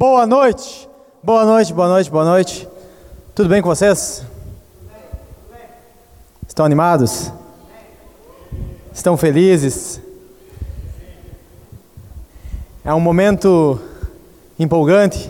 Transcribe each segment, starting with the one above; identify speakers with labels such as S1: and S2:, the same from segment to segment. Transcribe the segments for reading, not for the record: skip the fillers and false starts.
S1: Boa noite, boa noite, boa noite, boa noite. Tudo bem com vocês? Estão animados? Estão felizes? É um momento empolgante?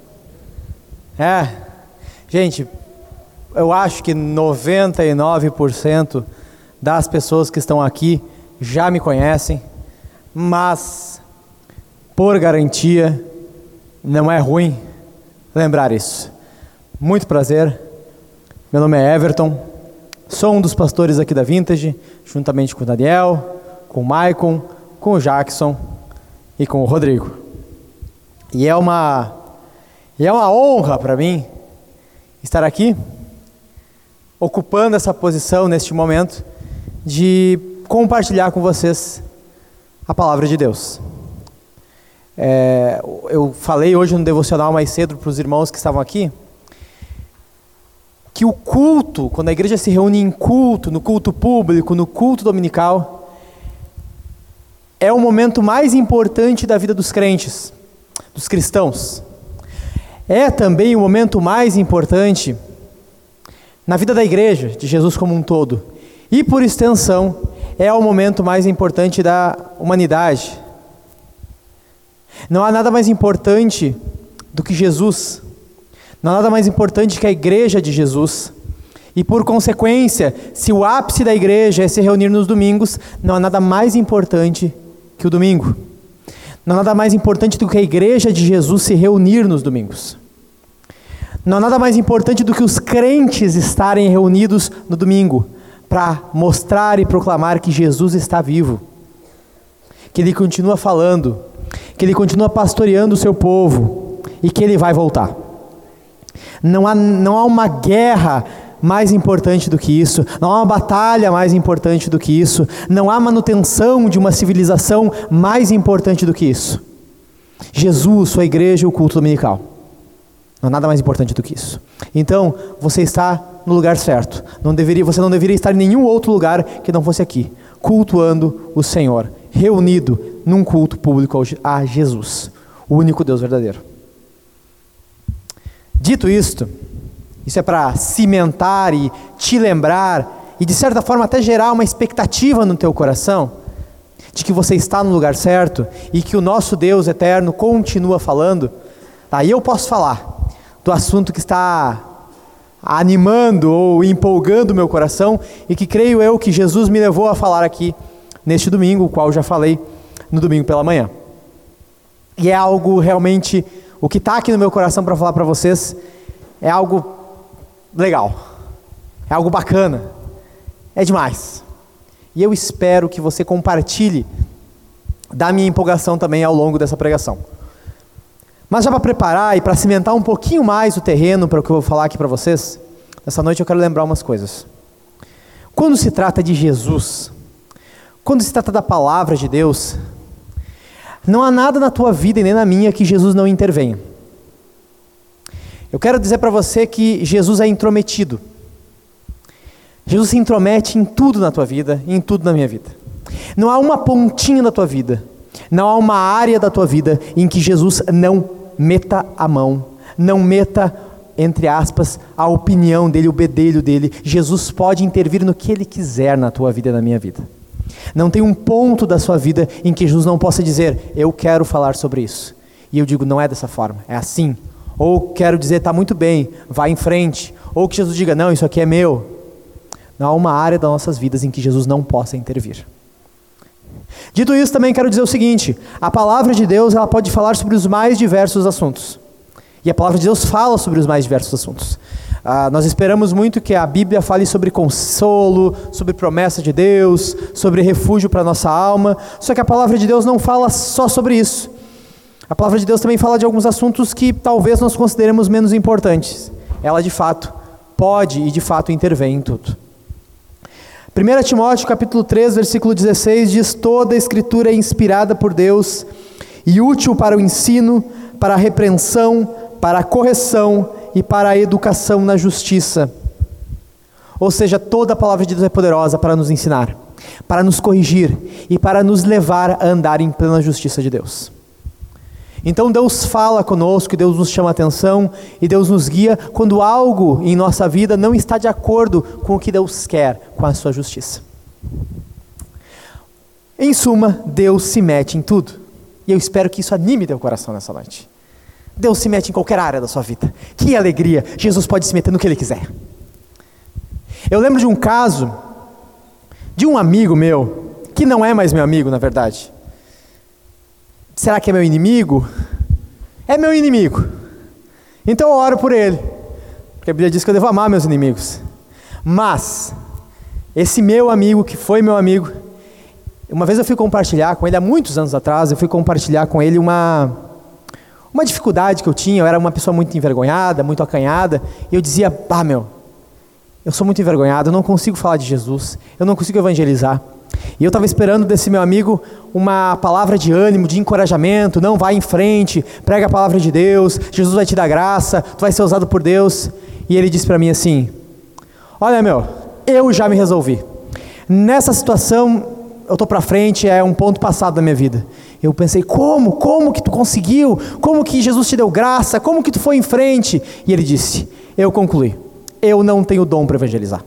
S1: Gente, eu acho que 99% das pessoas que estão aqui já me conhecem, mas, por garantia, não é ruim lembrar isso. Muito prazer, meu nome é Everton, sou um dos pastores aqui da Vintage, juntamente com o Daniel, com o Maicon, com o Jackson e com o Rodrigo. E é uma honra para mim estar aqui, ocupando essa posição neste momento, de compartilhar com vocês a palavra de Deus. Eu falei hoje no devocional mais cedo para os irmãos que estavam aqui, que o culto, quando a igreja se reúne em culto, no culto público, no culto dominical, é o momento mais importante da vida dos crentes, dos cristãos. É também o momento mais importante na vida da igreja, de Jesus como um todo. E, por extensão, é o momento mais importante da humanidade. Não há nada mais importante do que Jesus. Não há nada mais importante que a igreja de Jesus. E, por consequência, se o ápice da igreja é se reunir nos domingos, não há nada mais importante que o domingo. Não há nada mais importante do que a igreja de Jesus se reunir nos domingos. Não há nada mais importante do que os crentes estarem reunidos no domingo, para mostrar e proclamar que Jesus está vivo, que Ele continua falando, que Ele continua pastoreando o seu povo e que Ele vai voltar. Não há uma guerra mais importante do que isso, não há uma batalha mais importante do que isso, não há manutenção de uma civilização mais importante do que isso. Jesus, sua igreja e o culto dominical. Não há nada mais importante do que isso. Então, você está no lugar certo. Você não deveria estar em nenhum outro lugar que não fosse aqui, cultuando o Senhor, reunido num culto público a Jesus, o único Deus verdadeiro. Dito isto, isso é para cimentar e te lembrar, e de certa forma até gerar uma expectativa no teu coração, de que você está no lugar certo, e que o nosso Deus eterno continua falando. Aí eu posso falar do assunto que está animando ou empolgando o meu coração, e que creio eu que Jesus me levou a falar aqui neste domingo, o qual eu já falei no domingo pela manhã. E é algo realmente, o que está aqui no meu coração para falar para vocês, é algo legal, é algo bacana, é demais. E eu espero que você compartilhe da minha empolgação também ao longo dessa pregação. Mas já para preparar e para cimentar um pouquinho mais o terreno para o que eu vou falar aqui para vocês, nessa noite eu quero lembrar umas coisas. Quando se trata de Jesus, quando se trata da palavra de Deus, não há nada na tua vida e nem na minha que Jesus não intervenha. Eu quero dizer para você que Jesus é intrometido. Jesus se intromete em tudo na tua vida e em tudo na minha vida. Não há uma pontinha da tua vida, não há uma área da tua vida em que Jesus não meta a mão, não meta, entre aspas, a opinião dele, o bedelho dele. Jesus pode intervir no que Ele quiser na tua vida e na minha vida. Não tem um ponto da sua vida em que Jesus não possa dizer, eu quero falar sobre isso. E eu digo, não é dessa forma, é assim. Ou quero dizer, está muito bem, vai em frente. Ou que Jesus diga, não, isso aqui é meu. Não há uma área das nossas vidas em que Jesus não possa intervir. Dito isso, também quero dizer o seguinte, a palavra de Deus, ela pode falar sobre os mais diversos assuntos. E a palavra de Deus fala sobre os mais diversos assuntos. Nós esperamos muito que a Bíblia fale sobre consolo, sobre promessa de Deus, sobre refúgio para a nossa alma. Só que a palavra de Deus não fala só sobre isso. A palavra de Deus também fala de alguns assuntos que talvez nós consideremos menos importantes. Ela de fato pode e de fato intervém em tudo. 1 Timóteo capítulo 3, versículo 16 diz, toda a escritura é inspirada por Deus e útil para o ensino, para a repreensão, para a correção e para a educação na justiça. Ou seja, toda a palavra de Deus é poderosa para nos ensinar, para nos corrigir e para nos levar a andar em plena justiça de Deus. Então Deus fala conosco, Deus nos chama a atenção e Deus nos guia quando algo em nossa vida não está de acordo com o que Deus quer, com a sua justiça. Em suma, Deus se mete em tudo. E eu espero que isso anime teu coração nessa noite. Deus se mete em qualquer área da sua vida. Que alegria! Jesus pode se meter no que Ele quiser. Eu lembro de um caso de um amigo meu, que não é mais meu amigo, na verdade. Será que é meu inimigo? É meu inimigo. Então eu oro por ele, porque a Bíblia diz que eu devo amar meus inimigos. Mas, esse meu amigo, que foi meu amigo, uma vez eu fui compartilhar com ele, há muitos anos atrás, eu fui compartilhar com ele uma dificuldade que eu tinha. Eu era uma pessoa muito envergonhada, muito acanhada, e eu dizia, eu sou muito envergonhado, eu não consigo falar de Jesus, eu não consigo evangelizar. E eu estava esperando desse meu amigo uma palavra de ânimo, de encorajamento. Não, vai em frente, prega a palavra de Deus, Jesus vai te dar graça, tu vai ser usado por Deus. E ele disse para mim assim, olha eu já me resolvi. Nessa situação, eu estou para frente, é um ponto passado da minha vida. Eu pensei, como que tu conseguiu? Como que Jesus te deu graça? Como que tu foi em frente? E ele disse, eu concluí, eu não tenho dom para evangelizar.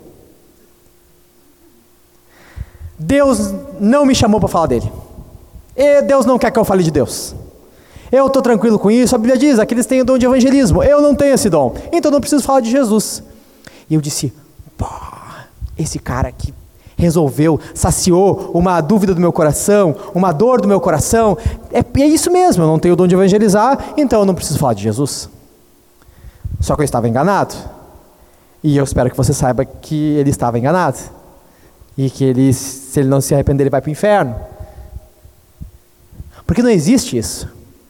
S1: Deus não me chamou para falar dele. E Deus não quer que eu fale de Deus. Eu estou tranquilo com isso. A Bíblia diz, aqueles têm o dom de evangelismo. Eu não tenho esse dom. Então não preciso falar de Jesus. E eu disse, esse cara aqui resolveu, saciou uma dúvida do meu coração, uma dor do meu coração. É isso mesmo, eu não tenho o dom de evangelizar, então eu não preciso falar de Jesus. Só que eu estava enganado. E eu espero que você saiba que ele estava enganado. E que se ele não se arrepender, ele vai para o inferno. Porque não existe isso.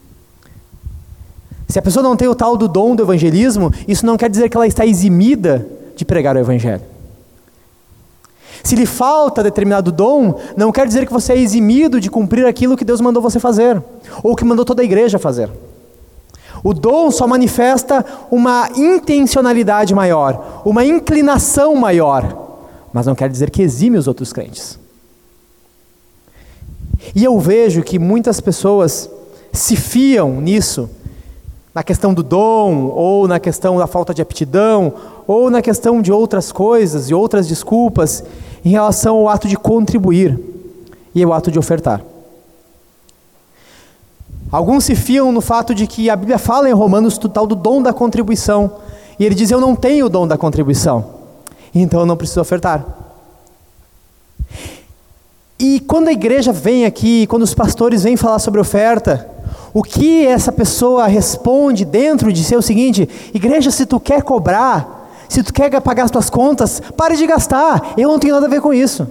S1: Se a pessoa não tem o tal do dom do evangelismo, isso não quer dizer que ela está eximida de pregar o evangelho. Se lhe falta determinado dom, não quer dizer que você é eximido de cumprir aquilo que Deus mandou você fazer, ou que mandou toda a igreja fazer. O dom só manifesta uma intencionalidade maior, uma inclinação maior, mas não quer dizer que exime os outros crentes. E eu vejo que muitas pessoas se fiam nisso, na questão do dom, ou na questão da falta de aptidão, ou na questão de outras coisas e outras desculpas, em relação ao ato de contribuir e ao ato de ofertar. Alguns se fiam no fato de que a Bíblia fala em Romanos o tal do dom da contribuição, e ele diz, eu não tenho o dom da contribuição, então eu não preciso ofertar. E quando a igreja vem aqui, quando os pastores vêm falar sobre oferta, o que essa pessoa responde dentro de si é o seguinte, igreja, se tu quer cobrar, se tu quer pagar as tuas contas, pare de gastar, eu não tenho nada a ver com isso.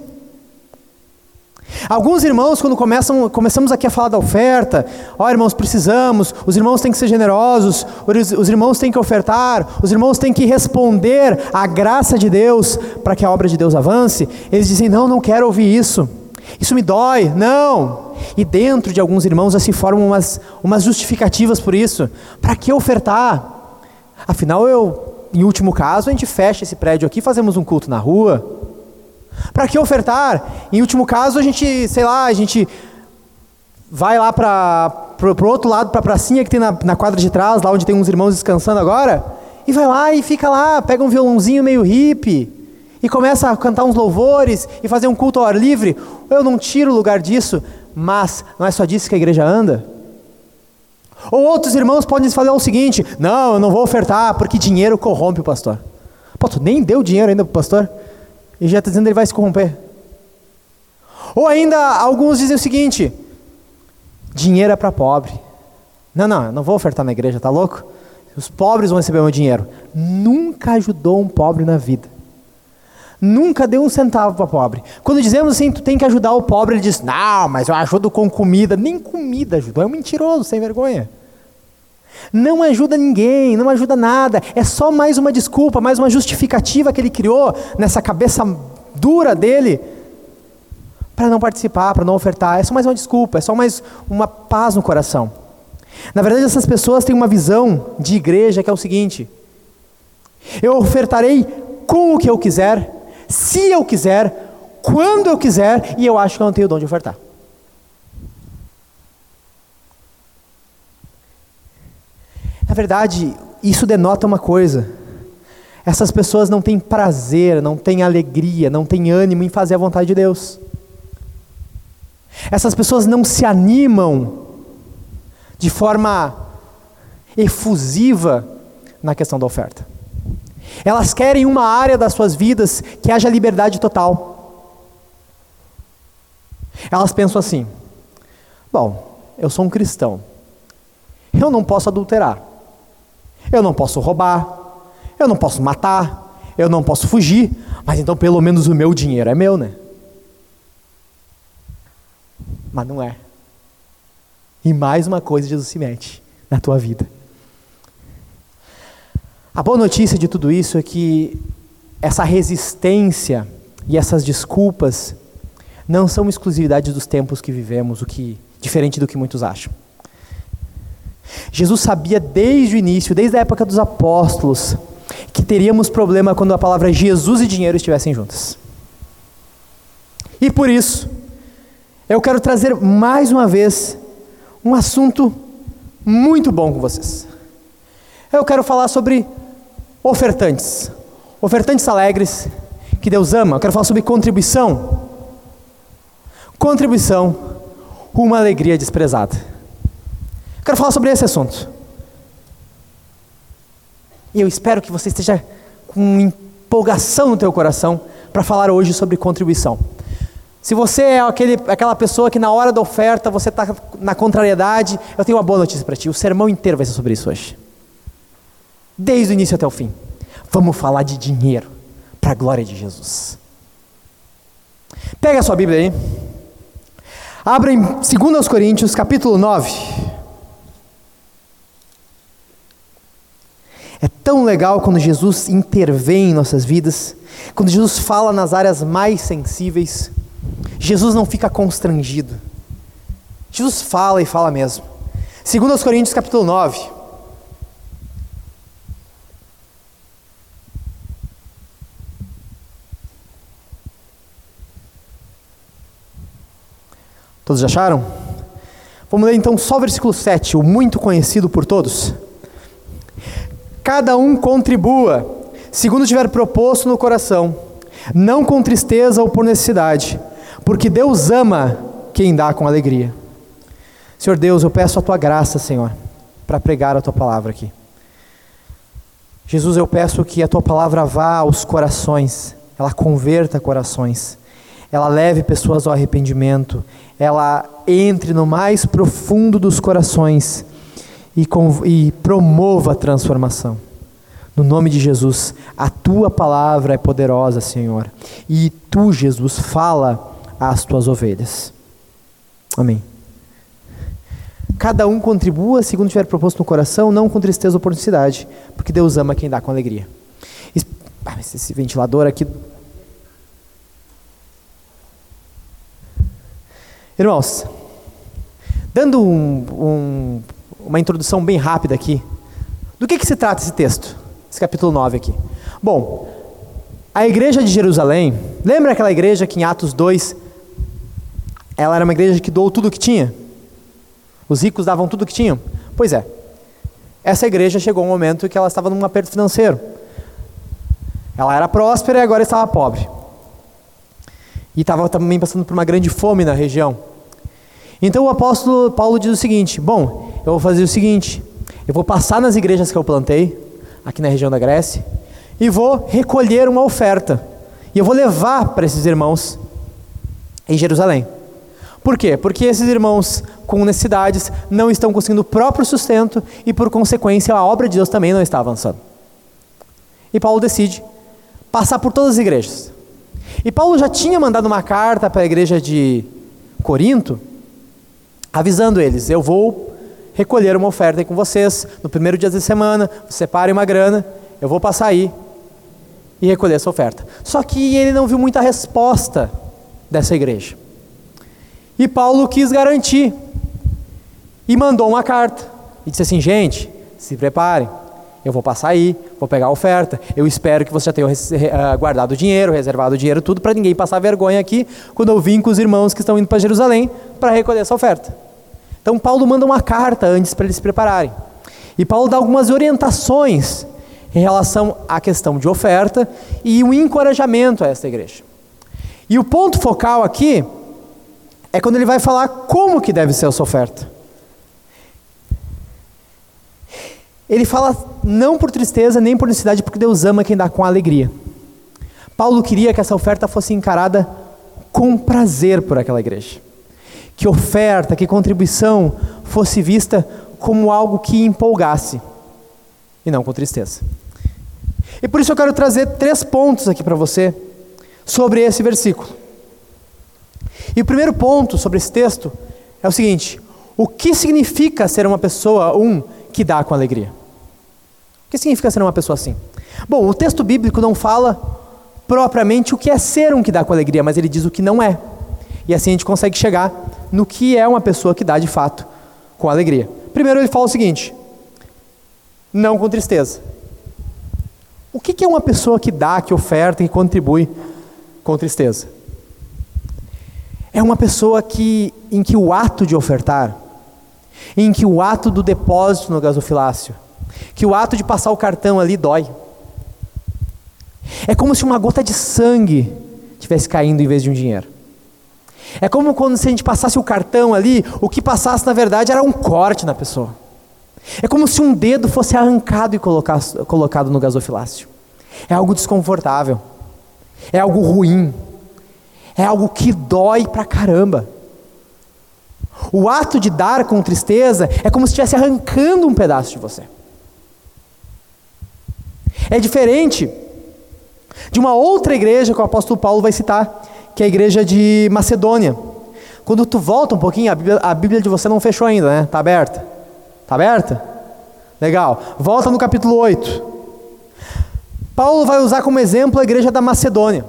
S1: Alguns irmãos, quando começamos aqui a falar da oferta, irmãos, precisamos, os irmãos têm que ser generosos, os irmãos têm que ofertar, os irmãos têm que responder à graça de Deus, para que a obra de Deus avance. Eles dizem, não quero ouvir isso me dói, não. E dentro de alguns irmãos já se formam umas justificativas por isso. Para que ofertar? Afinal, em último caso, a gente fecha esse prédio aqui e fazemos um culto na rua. Para que ofertar? Em último caso, a gente vai lá para o outro lado, para a pracinha que tem na quadra de trás, lá onde tem uns irmãos descansando agora, e vai lá e fica lá, pega um violãozinho meio hippie, e começa a cantar uns louvores, e fazer um culto ao ar livre. Eu não tiro o lugar disso, mas não é só disso que a igreja anda? Ou outros irmãos podem falar o seguinte, não, eu não vou ofertar, porque dinheiro corrompe o pastor. Tu nem deu dinheiro ainda para o pastor? E já está dizendo que ele vai se corromper. Ou ainda, alguns dizem o seguinte, dinheiro é para pobre. Não, eu não vou ofertar na igreja, tá louco? Os pobres vão receber meu dinheiro. Nunca ajudou um pobre na vida. Nunca deu um centavo para pobre. Quando dizemos assim, tu tem que ajudar o pobre, ele diz, não, mas eu ajudo com comida. Nem comida ajudou, é um mentiroso, sem vergonha. Não ajuda ninguém, não ajuda nada, é só mais uma desculpa, mais uma justificativa que ele criou nessa cabeça dura dele, para não participar, para não ofertar. É só mais uma desculpa, é só mais uma paz no coração. Na verdade, essas pessoas têm uma visão de igreja que é o seguinte, eu ofertarei com o que eu quiser, se eu quiser, quando eu quiser, e eu acho que eu não tenho o dom de ofertar. Na verdade, isso denota uma coisa: essas pessoas não têm prazer, não têm alegria, não têm ânimo em fazer a vontade de Deus. Essas pessoas não se animam de forma efusiva na questão da oferta. Elas querem uma área das suas vidas que haja liberdade total. Elas pensam assim: bom, eu sou um cristão, eu não posso adulterar, eu não posso roubar, eu não posso matar, eu não posso fugir, mas então pelo menos o meu dinheiro é meu, né? Mas não é. E mais uma coisa Jesus se mete na tua vida. A boa notícia de tudo isso é que essa resistência e essas desculpas não são exclusividade dos tempos que vivemos, diferente do que muitos acham. Jesus sabia desde o início, desde a época dos apóstolos, que teríamos problema quando a palavra Jesus e dinheiro estivessem juntas. E por isso, eu quero trazer mais uma vez um assunto muito bom com vocês. Eu quero falar sobre ofertantes alegres que Deus ama. Eu quero falar sobre contribuição, uma alegria desprezada. Eu quero falar sobre esse assunto. E eu espero que você esteja com empolgação no teu coração para falar hoje sobre contribuição. Se você é aquela pessoa que na hora da oferta você está na contrariedade, eu tenho uma boa notícia para ti: o sermão inteiro vai ser sobre isso hoje. Desde o início até o fim. Vamos falar de dinheiro, para a glória de Jesus. Pega a sua Bíblia aí. Abra em 2 Coríntios, capítulo 9. É tão legal quando Jesus intervém em nossas vidas, quando Jesus fala nas áreas mais sensíveis. Jesus não fica constrangido. Jesus fala e fala mesmo. 2 Coríntios capítulo 9. Todos já acharam? Vamos ler então só o versículo 7, o muito conhecido por todos. Cada um contribua, segundo tiver proposto no coração, não com tristeza ou por necessidade, porque Deus ama quem dá com alegria. Senhor Deus, eu peço a Tua graça, Senhor, para pregar a Tua palavra aqui. Jesus, eu peço que a Tua palavra vá aos corações, ela converta corações, ela leve pessoas ao arrependimento, ela entre no mais profundo dos corações e promova a transformação. No nome de Jesus, a Tua palavra é poderosa, Senhor, e Tu, Jesus, fala às Tuas ovelhas. Amém. Cada um contribua segundo tiver proposto no coração, não com tristeza ou por necessidade, porque Deus ama quem dá com alegria. Esse ventilador aqui... Irmãos, dando uma introdução bem rápida aqui, do que se trata esse texto, esse capítulo 9 aqui? Bom, a igreja de Jerusalém, lembra aquela igreja que em Atos 2, ela era uma igreja que doou tudo o que tinha? Os ricos davam tudo o que tinham? Pois é, essa igreja chegou um momento que ela estava num aperto financeiro. Ela era próspera e agora estava pobre. E estava também passando por uma grande fome na região. Então o apóstolo Paulo diz o seguinte: bom, eu vou fazer o seguinte, eu vou passar nas igrejas que eu plantei, aqui na região da Grécia, e vou recolher uma oferta, e eu vou levar para esses irmãos em Jerusalém. Por quê? Porque esses irmãos com necessidades não estão conseguindo o próprio sustento, e por consequência a obra de Deus também não está avançando. E Paulo decide passar por todas as igrejas. E Paulo já tinha mandado uma carta para a igreja de Corinto, avisando eles: eu vou recolher uma oferta aí com vocês, no primeiro dia da semana, separem uma grana, eu vou passar aí e recolher essa oferta. Só que ele não viu muita resposta dessa igreja. E Paulo quis garantir, e mandou uma carta, e disse assim: gente, se preparem, eu vou passar aí, vou pegar a oferta, eu espero que você já tenha guardado o dinheiro, reservado o dinheiro, tudo, para ninguém passar vergonha aqui, quando eu vim com os irmãos que estão indo para Jerusalém, para recolher essa oferta. Então Paulo manda uma carta antes para eles se prepararem. E Paulo dá algumas orientações em relação à questão de oferta e um encorajamento a esta igreja. E o ponto focal aqui é quando ele vai falar como que deve ser essa oferta. Ele fala não por tristeza nem por necessidade, porque Deus ama quem dá com alegria. Paulo queria que essa oferta fosse encarada com prazer por aquela igreja. Que oferta, que contribuição fosse vista como algo que empolgasse e não com tristeza. E por isso eu quero trazer 3 pontos aqui para você sobre esse versículo. E o primeiro ponto sobre esse texto é o seguinte: o que significa ser uma pessoa, que dá com alegria? O que significa ser uma pessoa assim? Bom, o texto bíblico não fala propriamente o que é ser um que dá com alegria, mas ele diz o que não é. E assim a gente consegue chegar no que é uma pessoa que dá de fato com alegria. Primeiro ele fala o seguinte: não com tristeza. O que é uma pessoa que dá, que oferta, que contribui com tristeza? É uma pessoa em que o ato de ofertar, em que o ato do depósito no gasofilácio, que o ato de passar o cartão ali dói. É como se uma gota de sangue estivesse caindo em vez de um dinheiro. É como quando se a gente passasse o cartão ali, o que passasse na verdade era um corte na pessoa. É como se um dedo fosse arrancado e colocado no gasofilácio. É algo desconfortável. É algo ruim. É algo que dói pra caramba. O ato de dar com tristeza é como se estivesse arrancando um pedaço de você. É diferente de uma outra igreja que o apóstolo Paulo vai citar, que é a igreja de Macedônia. Quando tu volta um pouquinho, a Bíblia de você não fechou ainda, né? Está aberta? Está aberta? Legal. Volta no capítulo 8. Paulo vai usar como exemplo a igreja da Macedônia.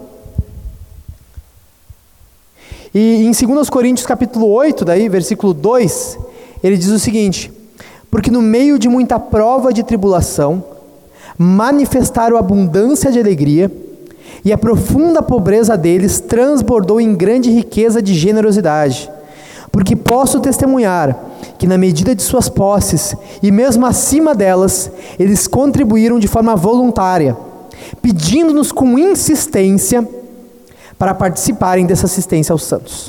S1: E em 2 Coríntios capítulo 8, daí, versículo 2, ele diz o seguinte: porque no meio de muita prova de tribulação, manifestaram abundância de alegria, e a profunda pobreza deles transbordou em grande riqueza de generosidade. Porque posso testemunhar que na medida de suas posses, e mesmo acima delas, eles contribuíram de forma voluntária, pedindo-nos com insistência para participarem dessa assistência aos santos.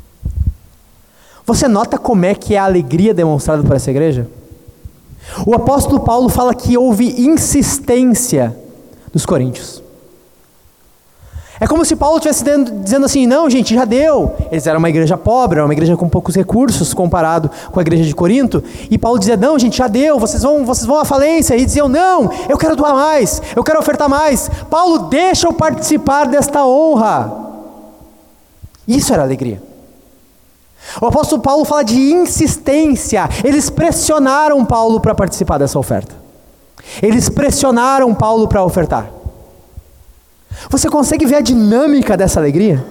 S1: Você nota como é que é a alegria demonstrada por essa igreja? O apóstolo Paulo fala que houve insistência dos coríntios. É como se Paulo estivesse dizendo assim: não, gente, já deu. Eles eram uma igreja pobre, era uma igreja com poucos recursos comparado com a igreja de Corinto. E Paulo dizia: não, gente, já deu, vocês vão à falência. E diziam: não, eu quero doar mais, eu quero ofertar mais. Paulo, deixa eu participar desta honra. Isso era alegria. O apóstolo Paulo fala de insistência. Eles pressionaram Paulo para participar dessa oferta. Eles pressionaram Paulo para ofertar. Você consegue ver a dinâmica dessa alegria?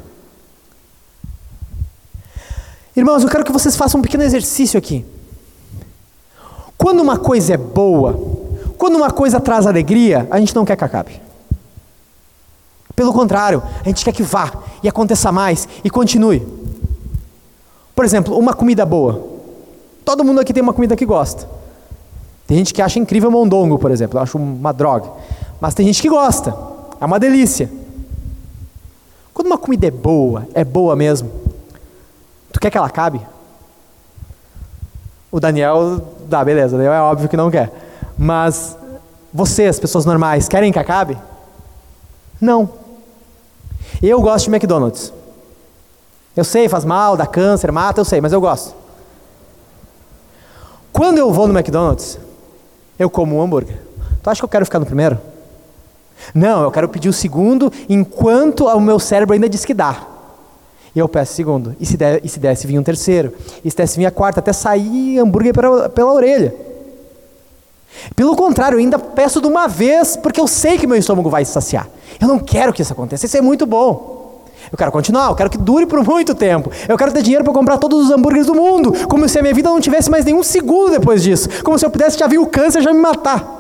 S1: Irmãos, eu quero que vocês façam um pequeno exercício aqui. Quando uma coisa é boa, quando uma coisa traz alegria, a gente não quer que acabe. Pelo contrário, a gente quer que vá e aconteça mais e continue. Por exemplo, uma comida boa. Todo mundo aqui tem uma comida que gosta. Tem gente que acha incrível mondongo, por exemplo. Eu acho uma droga. Mas tem gente que gosta. É uma delícia. Quando uma comida é boa mesmo, tu quer que ela acabe? O Daniel, beleza, o Daniel é óbvio que não quer. Mas vocês, pessoas normais, querem que acabe? Não. Eu gosto de McDonald's. Eu sei, faz mal, dá câncer, mata, eu sei, mas eu gosto. Quando eu vou no McDonald's, eu como um hambúrguer. Tu acha que eu quero ficar no primeiro? Não, eu quero pedir o segundo enquanto o meu cérebro ainda diz que dá. E eu peço o segundo. E se desse vir um terceiro. E se desse vir a quarta, até sair hambúrguer pela orelha. Pelo contrário, eu ainda peço de uma vez, porque eu sei que meu estômago vai se saciar. Eu não quero que isso aconteça, isso é muito bom. Eu quero continuar, eu quero que dure por muito tempo. Eu quero ter dinheiro para comprar todos os hambúrgueres do mundo, como se a minha vida não tivesse mais nenhum segundo depois disso. Como se eu pudesse já vir o câncer e já me matar.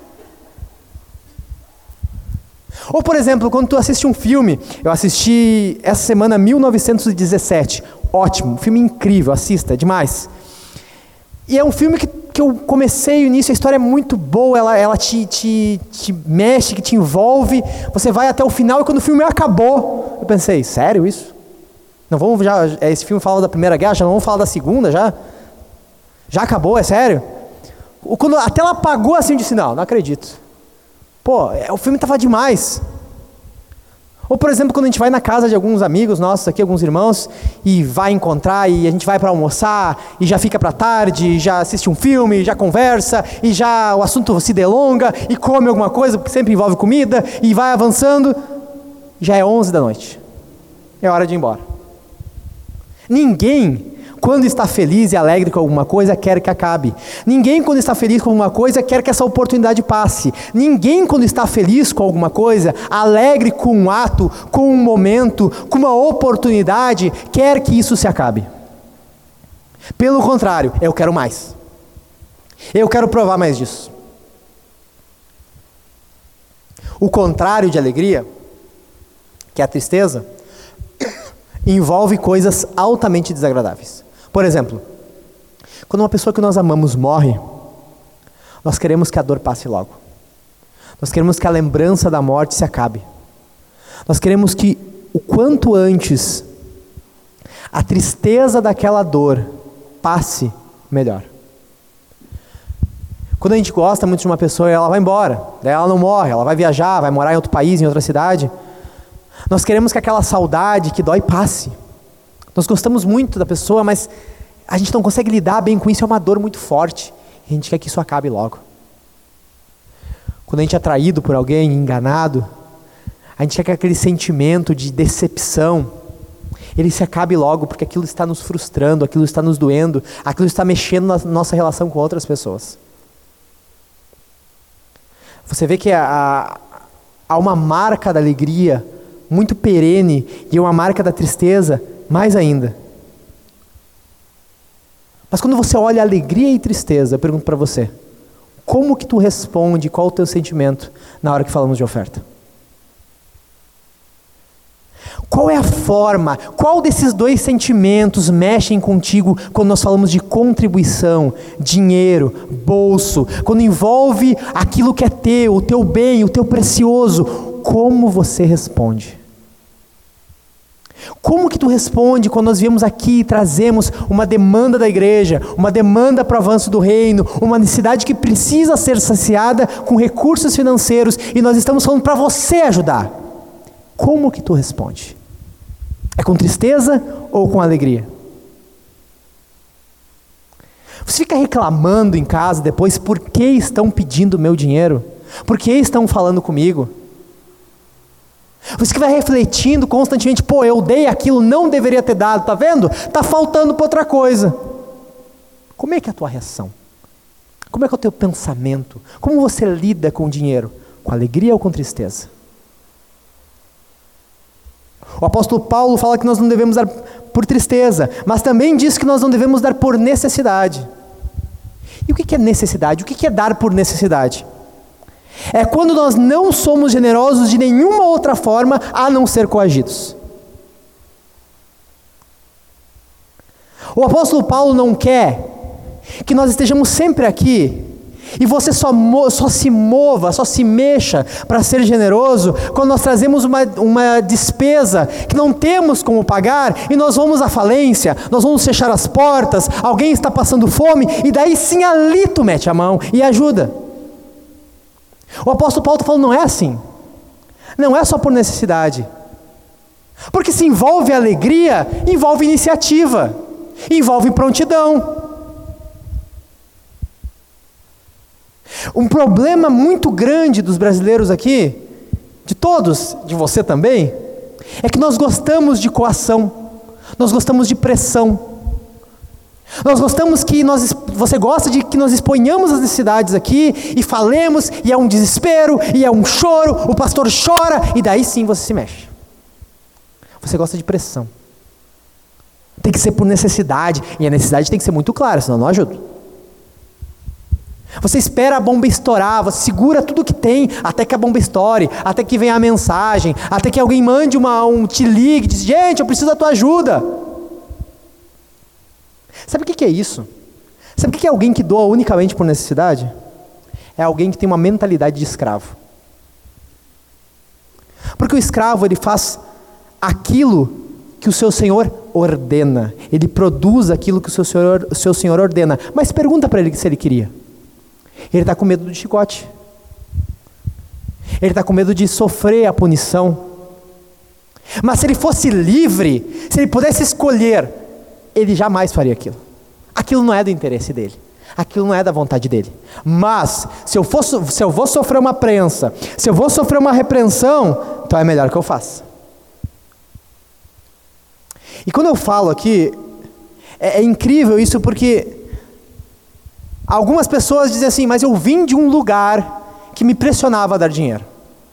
S1: Ou, por exemplo, quando tu assiste um filme, eu assisti essa semana 1917, ótimo, um filme incrível, assista, demais. E é um filme que que eu comecei o início, a história é muito boa, ela te mexe, que te envolve, você vai até o final e quando o filme acabou, eu pensei, sério isso? Não vamos já, esse filme fala da Primeira Guerra, já não vamos falar da Segunda já? Já acabou, é sério? Quando a tela apagou assim, eu disse, não acredito. Pô, o filme estava demais. Ou, por exemplo, quando a gente vai na casa de alguns amigos nossos aqui, alguns irmãos, e vai encontrar, e a gente vai para almoçar, e já fica para tarde, e já assiste um filme, já conversa, e já o assunto se delonga, e come alguma coisa, porque sempre envolve comida, e vai avançando, já é 11 da noite. É hora de ir embora. Ninguém, quando está feliz e alegre com alguma coisa, quer que acabe. Ninguém, quando está feliz com alguma coisa, quer que essa oportunidade passe. Ninguém, quando está feliz com alguma coisa, alegre com um ato, com um momento, com uma oportunidade, quer que isso se acabe. Pelo contrário, eu quero mais. Eu quero provar mais disso. O contrário de alegria, que é a tristeza, envolve coisas altamente desagradáveis. Por exemplo, quando uma pessoa que nós amamos morre, nós queremos que a dor passe logo. Nós queremos que a lembrança da morte se acabe. Nós queremos que, o quanto antes, a tristeza daquela dor passe melhor. Quando a gente gosta muito de uma pessoa e ela vai embora, daí ela não morre, ela vai viajar, vai morar em outro país, em outra cidade, nós queremos que aquela saudade que dói passe. Nós gostamos muito da pessoa, mas a gente não consegue lidar bem com isso, é uma dor muito forte. E a gente quer que isso acabe logo. Quando a gente é traído por alguém, enganado, a gente quer que aquele sentimento de decepção, ele se acabe logo, porque aquilo está nos frustrando, aquilo está nos doendo, aquilo está mexendo na nossa relação com outras pessoas. Você vê que há uma marca da alegria muito perene e uma marca da tristeza mais ainda. Mas quando você olha alegria e tristeza, eu pergunto para você, como que tu responde, qual o teu sentimento na hora que falamos de oferta? Qual é a forma, qual desses dois sentimentos mexem contigo quando nós falamos de contribuição, dinheiro, bolso, quando envolve aquilo que é teu, o teu bem, o teu precioso, como você responde? Como que tu responde quando nós viemos aqui e trazemos uma demanda da igreja, uma demanda para o avanço do reino, uma necessidade que precisa ser saciada com recursos financeiros e nós estamos falando para você ajudar? Como que tu responde? É com tristeza ou com alegria? Você fica reclamando em casa depois, por que estão pedindo meu dinheiro? Por que estão falando comigo? Você que vai refletindo constantemente, pô, eu dei aquilo, não deveria ter dado, tá vendo? Tá faltando para outra coisa. Como é que é a tua reação? Como é que é o teu pensamento? Como você lida com o dinheiro? Com alegria ou com tristeza? O apóstolo Paulo fala que nós não devemos dar por tristeza, mas também diz que nós não devemos dar por necessidade. E o que é necessidade? O que é dar por necessidade? É quando nós não somos generosos de nenhuma outra forma a não ser coagidos. O apóstolo Paulo não quer que nós estejamos sempre aqui e você só se mova, só se mexa para ser generoso quando nós trazemos uma despesa que não temos como pagar e nós vamos à falência, nós vamos fechar as portas, alguém está passando fome e daí sim ali tu mete a mão e ajuda. O apóstolo Paulo está falando, não é assim. Não é só por necessidade. Porque se envolve alegria, envolve iniciativa, envolve prontidão. Um problema muito grande dos brasileiros aqui, de todos, de você também, é que nós gostamos de coação, nós gostamos de pressão. Nós gostamos que você gosta de que nós exponhamos as necessidades aqui e falemos, e é um desespero, e é um choro, o pastor chora, e daí sim você se mexe. Você gosta de pressão. Tem que ser por necessidade, e a necessidade tem que ser muito clara, senão não ajuda. Você espera a bomba estourar, você segura tudo que tem até que a bomba estoure, até que venha a mensagem, até que alguém mande te ligue, diz, gente, eu preciso da tua ajuda. Sabe o que é isso? Sabe o que é alguém que doa unicamente por necessidade? É alguém que tem uma mentalidade de escravo. Porque o escravo, ele faz aquilo que o seu senhor ordena. Ele produz aquilo que o seu senhor ordena. Mas pergunta para ele se ele queria. Ele está com medo do chicote. Ele está com medo de sofrer a punição. Mas se ele fosse livre, se ele pudesse escolher, ele jamais faria aquilo. Aquilo não é do interesse dele. Aquilo não é da vontade dele. Mas, se eu vou sofrer uma prensa, se eu vou sofrer uma repreensão, então é melhor que eu faça. E quando eu falo aqui, é incrível isso, porque algumas pessoas dizem assim, mas eu vim de um lugar que me pressionava a dar dinheiro.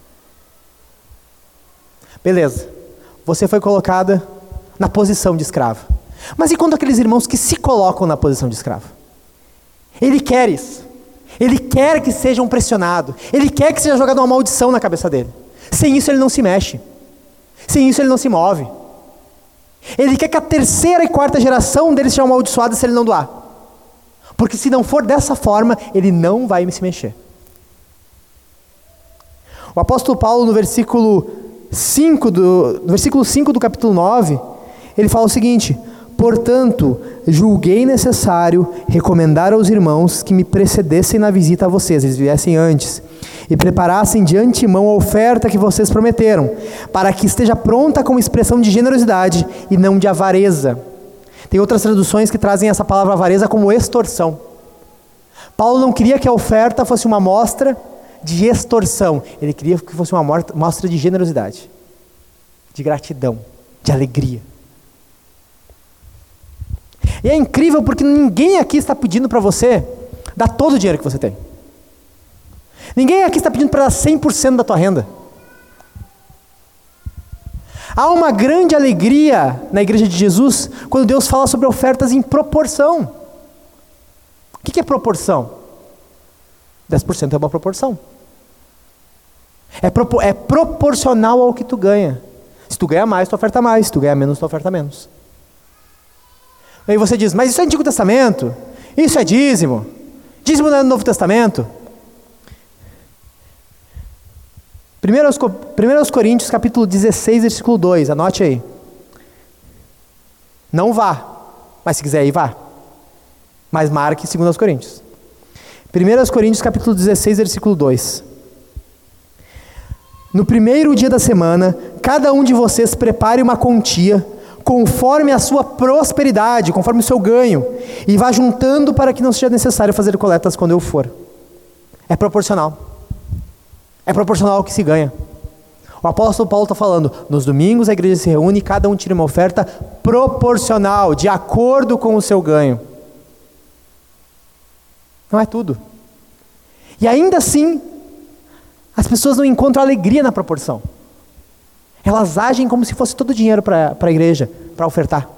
S1: Beleza, você foi colocada na posição de escravo. Mas e quanto aqueles irmãos que se colocam na posição de escravo? Ele quer isso. Ele quer que sejam pressionados. Ele quer que seja jogada uma maldição na cabeça dele. Sem isso ele não se mexe. Sem isso ele não se move. Ele quer que a terceira e quarta geração dele seja amaldiçoada se ele não doar. Porque se não for dessa forma, ele não vai se mexer. O apóstolo Paulo, no versículo 5 do capítulo 9, ele fala o seguinte: portanto, julguei necessário recomendar aos irmãos que me precedessem na visita a vocês, eles viessem antes, e preparassem de antemão a oferta que vocês prometeram, para que esteja pronta como expressão de generosidade e não de avareza. Tem outras traduções que trazem essa palavra avareza como extorsão. Paulo não queria que a oferta fosse uma mostra de extorsão, ele queria que fosse uma mostra de generosidade, de gratidão, de alegria. E é incrível porque ninguém aqui está pedindo para você dar todo o dinheiro que você tem. Ninguém aqui está pedindo para dar 100% da tua renda. Há uma grande alegria na igreja de Jesus quando Deus fala sobre ofertas em proporção. O que é proporção? 10% é uma proporção. É proporcional ao que tu ganha. Se tu ganha mais, tu oferta mais. Se tu ganha menos, tu oferta menos. Aí você diz, mas isso é Antigo Testamento? Isso é dízimo? Dízimo não é no Novo Testamento? 1 Coríntios capítulo 16, versículo 2, anote aí. Não vá, mas se quiser ir, vá. Mas marque 2 Coríntios. 1 Coríntios capítulo 16, versículo 2. No primeiro dia da semana, cada um de vocês prepare uma quantia, conforme a sua prosperidade, conforme o seu ganho, e vá juntando para que não seja necessário fazer coletas quando eu for. É proporcional. É proporcional ao que se ganha. O apóstolo Paulo está falando, nos domingos a igreja se reúne e cada um tira uma oferta proporcional, de acordo com o seu ganho. Não é tudo. E ainda assim, as pessoas não encontram alegria na proporção. Elas agem como se fosse todo o dinheiro para a igreja, para ofertar.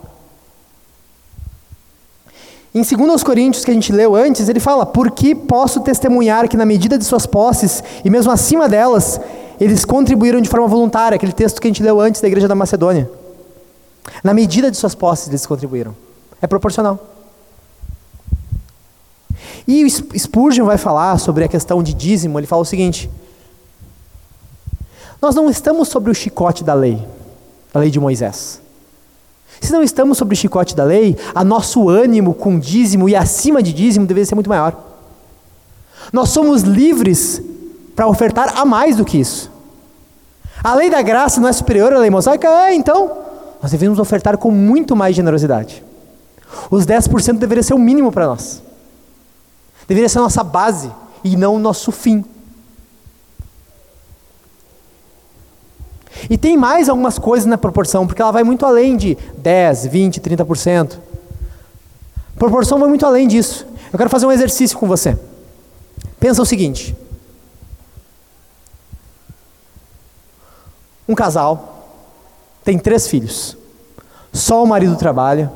S1: Em 2 Coríntios, que a gente leu antes, ele fala, porque posso testemunhar que na medida de suas posses, e mesmo acima delas, eles contribuíram de forma voluntária, aquele texto que a gente leu antes da igreja da Macedônia. Na medida de suas posses, eles contribuíram. É proporcional. E o Spurgeon vai falar sobre a questão de dízimo, ele fala o seguinte: nós não estamos sobre o chicote da lei de Moisés. Se não estamos sobre o chicote da lei, a nosso ânimo com dízimo e acima de dízimo deveria ser muito maior. Nós somos livres para ofertar a mais do que isso. A lei da graça não é superior à lei mosaica? Então nós devemos ofertar com muito mais generosidade. Os 10% deveria ser o mínimo para nós. Deveria ser a nossa base e não o nosso fim. E tem mais algumas coisas na proporção, porque ela vai muito além de 10, 20, 30%. A proporção vai muito além disso. Eu quero fazer um exercício com você. Pensa o seguinte. Um casal tem 3 filhos. Só o marido trabalha.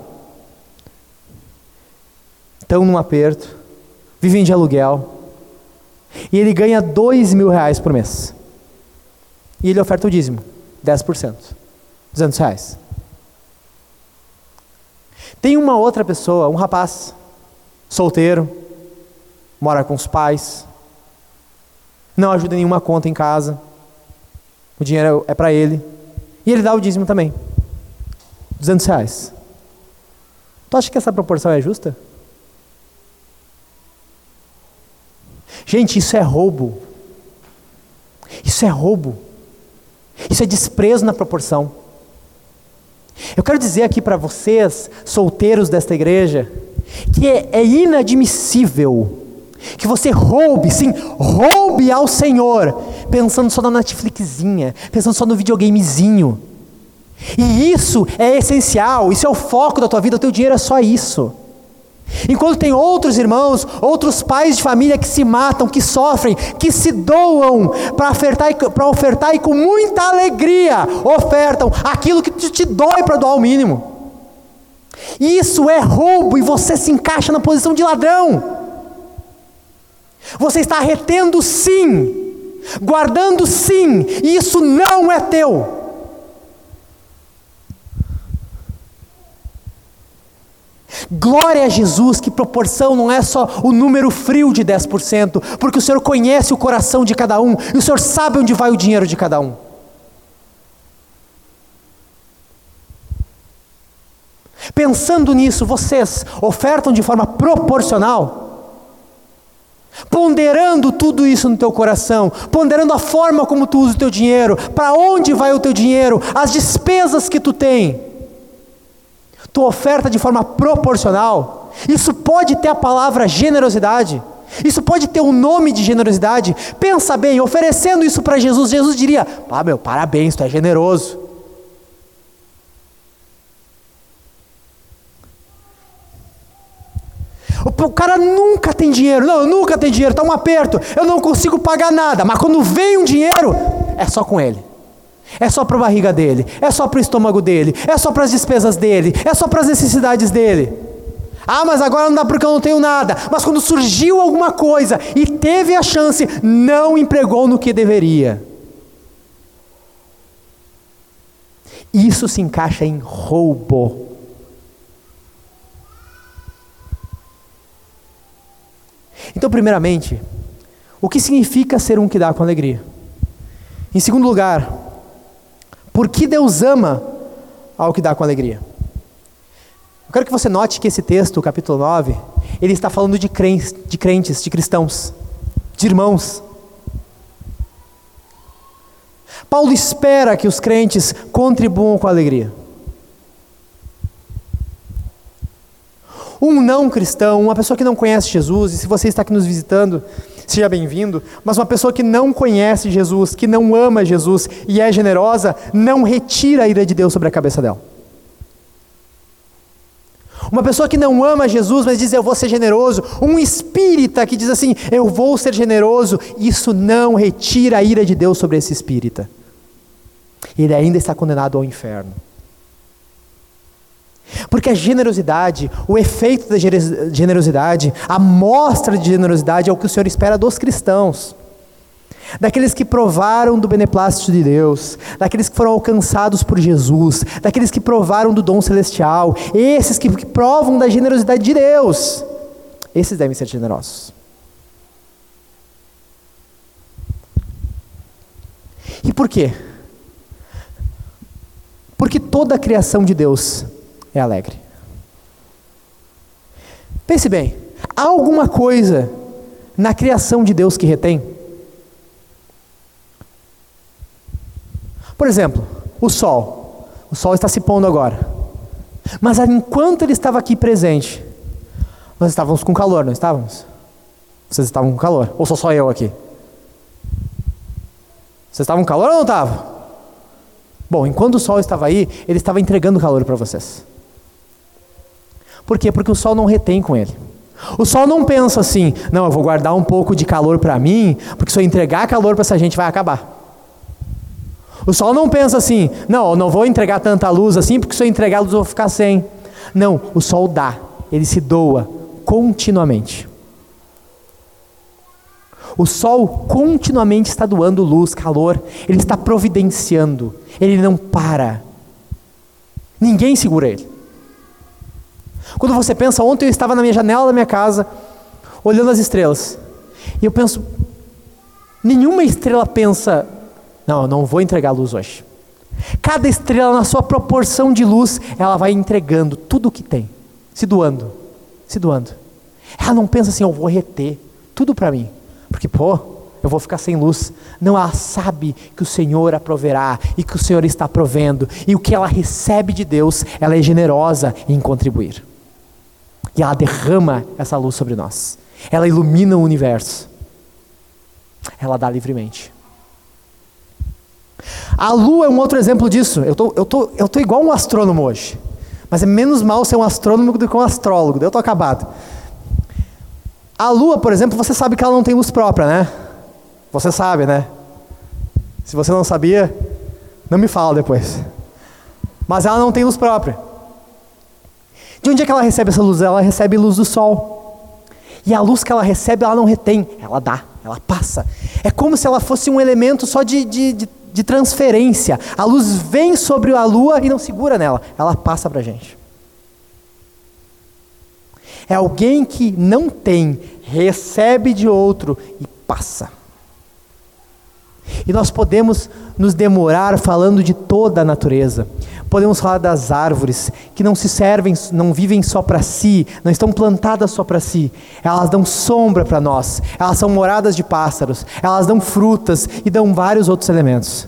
S1: Estão num aperto. Vivem de aluguel. E ele ganha R$2.000 por mês. E ele oferta o dízimo. 10%, R$200. Tem uma outra pessoa, um rapaz, solteiro, mora com os pais, não ajuda em nenhuma conta em casa, o dinheiro é para ele, e ele dá o dízimo também, R$200. Tu acha que essa proporção é justa? Gente, isso é roubo. Isso é roubo. Isso é desprezo na proporção. Eu quero dizer aqui para vocês, solteiros desta igreja, que é inadmissível que você roube, sim, roube ao Senhor, pensando só na Netflixzinha, pensando só no videogamezinho. E isso é essencial, isso é o foco da tua vida, o teu dinheiro é só isso. Enquanto tem outros irmãos, outros pais de família que se matam, que sofrem, que se doam para ofertar e com muita alegria ofertam aquilo que te dói para doar o mínimo. Isso é roubo e você se encaixa na posição de ladrão. Você está retendo sim, guardando sim, e isso não é teu. Glória a Jesus, que proporção não é só o número frio de 10%, porque o Senhor conhece o coração de cada um, e o Senhor sabe onde vai o dinheiro de cada um. Pensando nisso, vocês ofertam de forma proporcional? Ponderando tudo isso no teu coração, ponderando a forma como tu usa o teu dinheiro, para onde vai o teu dinheiro, as despesas que tu tem. Tua oferta de forma proporcional, isso pode ter a palavra generosidade, isso pode ter o nome de generosidade. Pensa bem, oferecendo isso para Jesus, Jesus diria: parabéns, tu é generoso. O cara nunca tem dinheiro, eu nunca tenho dinheiro, está um aperto, eu não consigo pagar nada, mas quando vem um dinheiro, é só com ele. É só para a barriga dele, é só para o estômago dele, é só para as despesas dele, é só para as necessidades dele. Mas agora não dá porque eu não tenho nada. Mas quando surgiu alguma coisa e teve a chance, não empregou no que deveria. Isso se encaixa em roubo. Então, primeiramente, o que significa ser um que dá com alegria? Em segundo lugar, por que Deus ama ao que dá com alegria? Eu quero que você note que esse texto, o capítulo 9, ele está falando de crentes, de cristãos, de irmãos. Paulo espera que os crentes contribuam com a alegria. Um não cristão, uma pessoa que não conhece Jesus, e se você está aqui nos visitando, seja bem-vindo, mas uma pessoa que não conhece Jesus, que não ama Jesus e é generosa, não retira a ira de Deus sobre a cabeça dela. Uma pessoa que não ama Jesus, mas diz: eu vou ser generoso, um espírita que diz assim: eu vou ser generoso, isso não retira a ira de Deus sobre esse espírita. Ele ainda está condenado ao inferno. Porque a generosidade, o efeito da generosidade, a mostra de generosidade é o que o Senhor espera dos cristãos, daqueles que provaram do beneplácito de Deus, daqueles que foram alcançados por Jesus, daqueles que provaram do dom celestial, esses que provam da generosidade de Deus, esses devem ser generosos. E por quê? Porque toda a criação de Deus é alegre. Pense bem, há alguma coisa na criação de Deus que retém? Por exemplo, o sol está se pondo agora, mas enquanto ele estava aqui presente, nós estávamos com calor, não estávamos? Vocês estavam com calor, ou só eu aqui? Vocês estavam com calor ou não estavam? Bom, enquanto o sol estava aí, ele estava entregando calor para vocês. Por quê? Porque o sol não retém com ele. O sol não pensa assim: não, eu vou guardar um pouco de calor para mim, porque se eu entregar calor para essa gente vai acabar. O sol não pensa assim: não, eu não vou entregar tanta luz assim, porque se eu entregar luz eu vou ficar sem. Não, o sol dá, ele se doa continuamente. O sol continuamente está doando luz, calor, ele está providenciando, ele não para. Ninguém segura ele. Quando você pensa, ontem eu estava na minha janela da minha casa, olhando as estrelas, e eu penso, nenhuma estrela pensa, não, eu não vou entregar luz hoje. Cada estrela, na sua proporção de luz, ela vai entregando tudo o que tem, se doando. Ela não pensa assim, eu vou reter tudo para mim, porque eu vou ficar sem luz. Não, ela sabe que o Senhor a proverá e que o Senhor está provendo, e o que ela recebe de Deus, ela é generosa em contribuir. E ela derrama essa luz sobre nós. Ela ilumina o universo. Ela dá livremente. A lua é um outro exemplo disso. Eu tô igual um astrônomo hoje. Mas é menos mal ser um astrônomo do que um astrólogo. Eu tô acabado. A lua, por exemplo, você sabe que ela não tem luz própria, né? Você sabe, né? Se você não sabia, não me fala depois. Mas ela não tem luz própria. De onde é que ela recebe essa luz? Ela recebe luz do sol. E a luz que ela recebe, ela não retém. Ela dá, ela passa. É como se ela fosse um elemento só de transferência. A luz vem sobre a lua e não segura nela. Ela passa para a gente. É alguém que não tem, recebe de outro e passa. E nós podemos nos demorar falando de toda a natureza. Podemos falar das árvores, que não se servem, não vivem só para si, não estão plantadas só para si. Elas dão sombra para nós, elas são moradas de pássaros, elas dão frutas e dão vários outros elementos.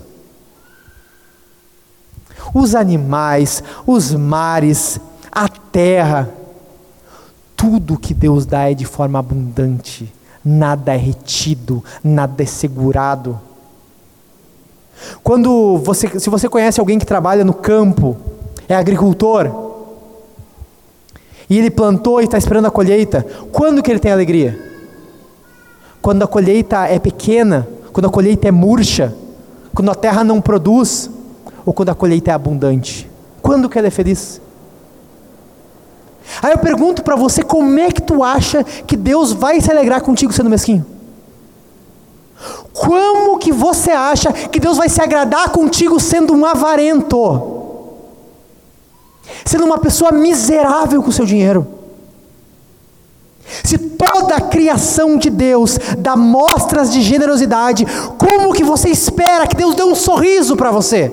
S1: Os animais, os mares, a terra, tudo que Deus dá é de forma abundante. Nada é retido, nada é segurado. Se você conhece alguém que trabalha no campo, é agricultor, e ele plantou e está esperando a colheita, quando que ele tem alegria? Quando a colheita é pequena, quando a colheita é murcha, quando a terra não produz, ou quando a colheita é abundante? Quando que ele é feliz? Aí eu pergunto para você, como é que tu acha que Deus vai se alegrar contigo sendo mesquinho? Como que você acha que Deus vai se agradar contigo sendo um avarento? Sendo uma pessoa miserável com o seu dinheiro? Se toda a criação de Deus dá mostras de generosidade, como que você espera que Deus dê um sorriso para você?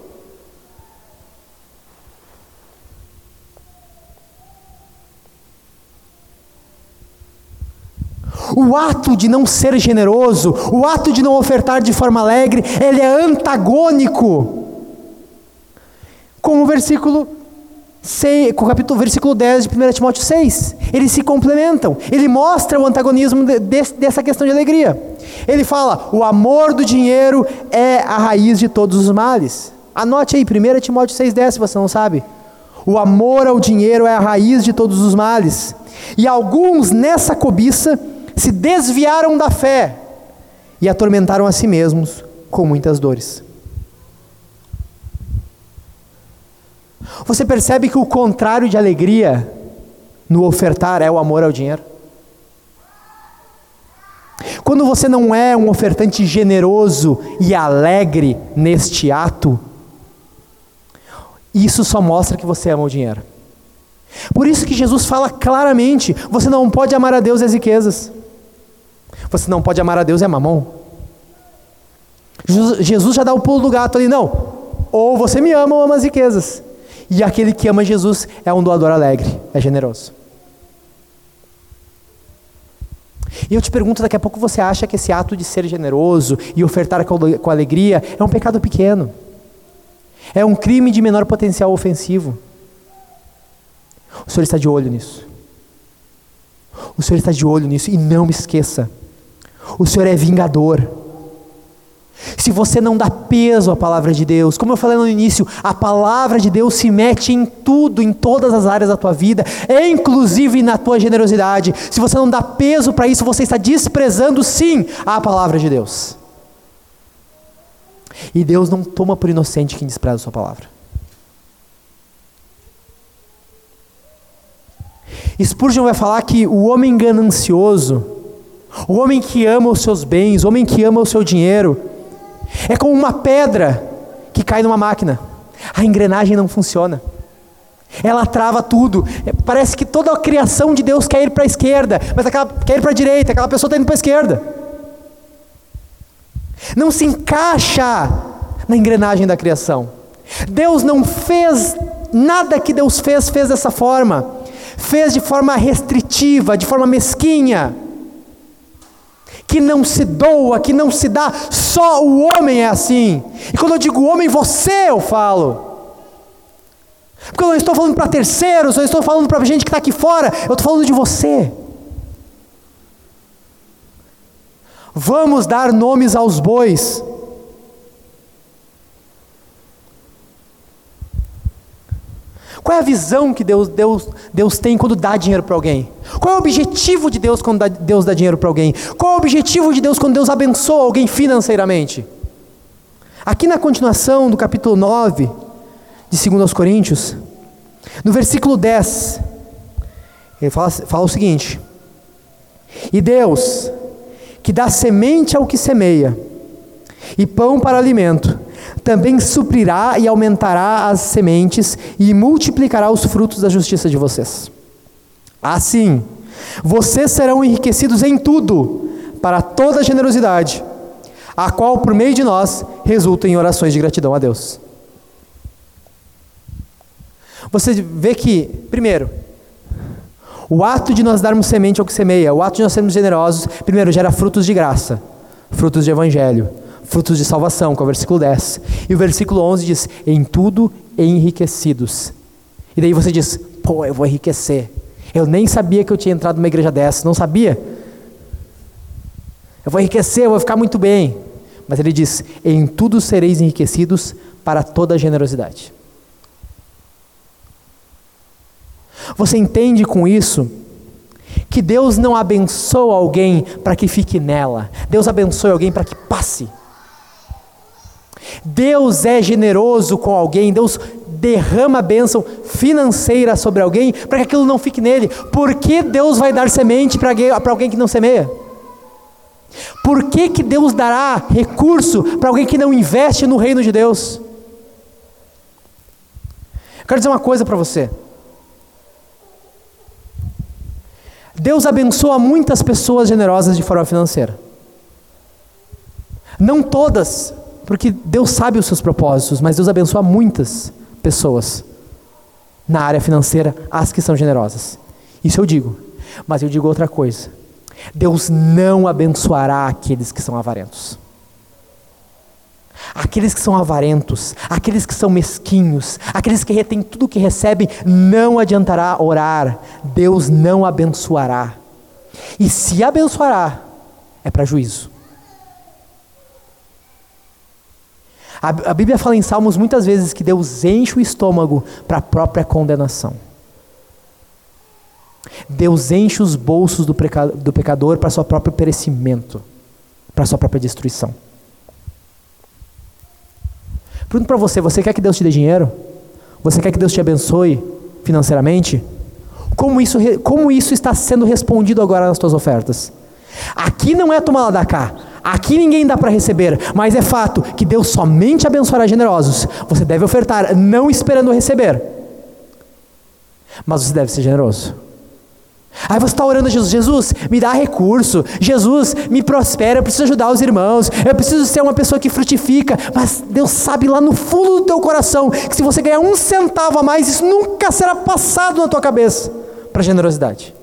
S1: O ato de não ser generoso, o ato de não ofertar de forma alegre, ele é antagônico com o versículo 6, com o versículo 10 de 1 Timóteo 6. Eles se complementam. Ele mostra o antagonismo dessa questão de alegria. Ele fala, o amor do dinheiro é a raiz de todos os males. Anote aí, 1 Timóteo 6,10, se você não sabe. O amor ao dinheiro é a raiz de todos os males. E alguns nessa cobiça se desviaram da fé e atormentaram a si mesmos com muitas dores. Você percebe que o contrário de alegria no ofertar é o amor ao dinheiro? Quando você não é um ofertante generoso e alegre neste ato, isso só mostra que você ama o dinheiro. Por isso que Jesus fala claramente, você não pode amar a Deus e as riquezas. Você não pode amar a Deus e a mamon. Jesus já dá o pulo do gato ali, não. Ou você me ama ou ama as riquezas. E aquele que ama Jesus é um doador alegre, é generoso. E eu te pergunto, daqui a pouco você acha que esse ato de ser generoso e ofertar com alegria é um pecado pequeno? É um crime de menor potencial ofensivo? O Senhor está de olho nisso. O Senhor está de olho nisso e não me esqueça. O Senhor é vingador. Se você não dá peso à palavra de Deus, como eu falei no início, a palavra de Deus se mete em tudo, em todas as áreas da tua vida, inclusive na tua generosidade. Se você não dá peso para isso, você está desprezando sim a palavra de Deus. E Deus não toma por inocente quem despreza a sua palavra. Spurgeon vai falar que o homem ganancioso, o homem que ama os seus bens, o homem que ama o seu dinheiro, é como uma pedra que cai numa máquina. A engrenagem não funciona. Ela trava tudo. Parece que toda a criação de Deus quer ir para a esquerda, mas quer ir para a direita, aquela pessoa está indo para a esquerda. Não se encaixa na engrenagem da criação. Deus não fez nada que Deus fez dessa forma. Fez de forma restritiva, de forma mesquinha, que não se doa, que não se dá. Só o homem é assim. E quando eu digo homem, você eu falo. Porque eu não estou falando para terceiros, eu não estou falando para gente que está aqui fora, eu estou falando de você. Vamos dar nomes aos bois. Qual é a visão que Deus tem quando dá dinheiro para alguém? Qual é o objetivo de Deus quando Deus dá dinheiro para alguém? Qual é o objetivo de Deus quando Deus abençoa alguém financeiramente? Aqui na continuação do capítulo 9 de 2 Coríntios, no versículo 10, ele fala o seguinte: e Deus, que dá semente ao que semeia, e pão para alimento, também suprirá e aumentará as sementes e multiplicará os frutos da justiça de vocês. Assim, vocês serão enriquecidos em tudo, para toda generosidade, a qual por meio de nós resulta em orações de gratidão a Deus. Você vê que, primeiro, o ato de nós darmos semente ao que semeia, o ato de nós sermos generosos, primeiro gera frutos de graça, frutos de evangelho, frutos de salvação, que é o versículo 10. E o versículo 11 diz: em tudo enriquecidos. E daí você diz: pô, eu vou enriquecer. Eu nem sabia que eu tinha entrado numa igreja dessa, não sabia? Eu vou enriquecer, eu vou ficar muito bem. Mas ele diz: em tudo sereis enriquecidos para toda generosidade. Você entende com isso que Deus não abençoa alguém para que fique nela. Deus abençoa alguém para que passe. Deus é generoso com alguém. Deus derrama bênção financeira sobre alguém para que aquilo não fique nele. Por que Deus vai dar semente para alguém que não semeia? Por que Deus dará recurso para alguém que não investe no reino de Deus? Eu quero dizer uma coisa para você. Deus abençoa muitas pessoas generosas de forma financeira. Não todas, porque Deus sabe os seus propósitos, mas Deus abençoa muitas pessoas na área financeira, as que são generosas. Isso eu digo. Mas eu digo outra coisa. Deus não abençoará aqueles que são avarentos. Aqueles que são avarentos, aqueles que são mesquinhos, aqueles que retêm tudo o que recebem, não adiantará orar. Deus não abençoará. E se abençoará, é para juízo. A Bíblia fala em Salmos muitas vezes que Deus enche o estômago para a própria condenação. Deus enche os bolsos do pecador para seu próprio perecimento, para sua própria destruição. Pergunto para você, você quer que Deus te dê dinheiro? Você quer que Deus te abençoe financeiramente? Como isso está sendo respondido agora nas tuas ofertas? Aqui não é tomar lá da cá. Aqui ninguém dá para receber, mas é fato que Deus somente abençoará generosos. Você deve ofertar, não esperando receber. Mas você deve ser generoso. Aí você está orando a Jesus: Jesus, me dá recurso, Jesus, me prospera, eu preciso ajudar os irmãos, eu preciso ser uma pessoa que frutifica. Mas Deus sabe lá no fundo do teu coração que se você ganhar 1 centavo a mais, isso nunca será passado na tua cabeça para generosidade.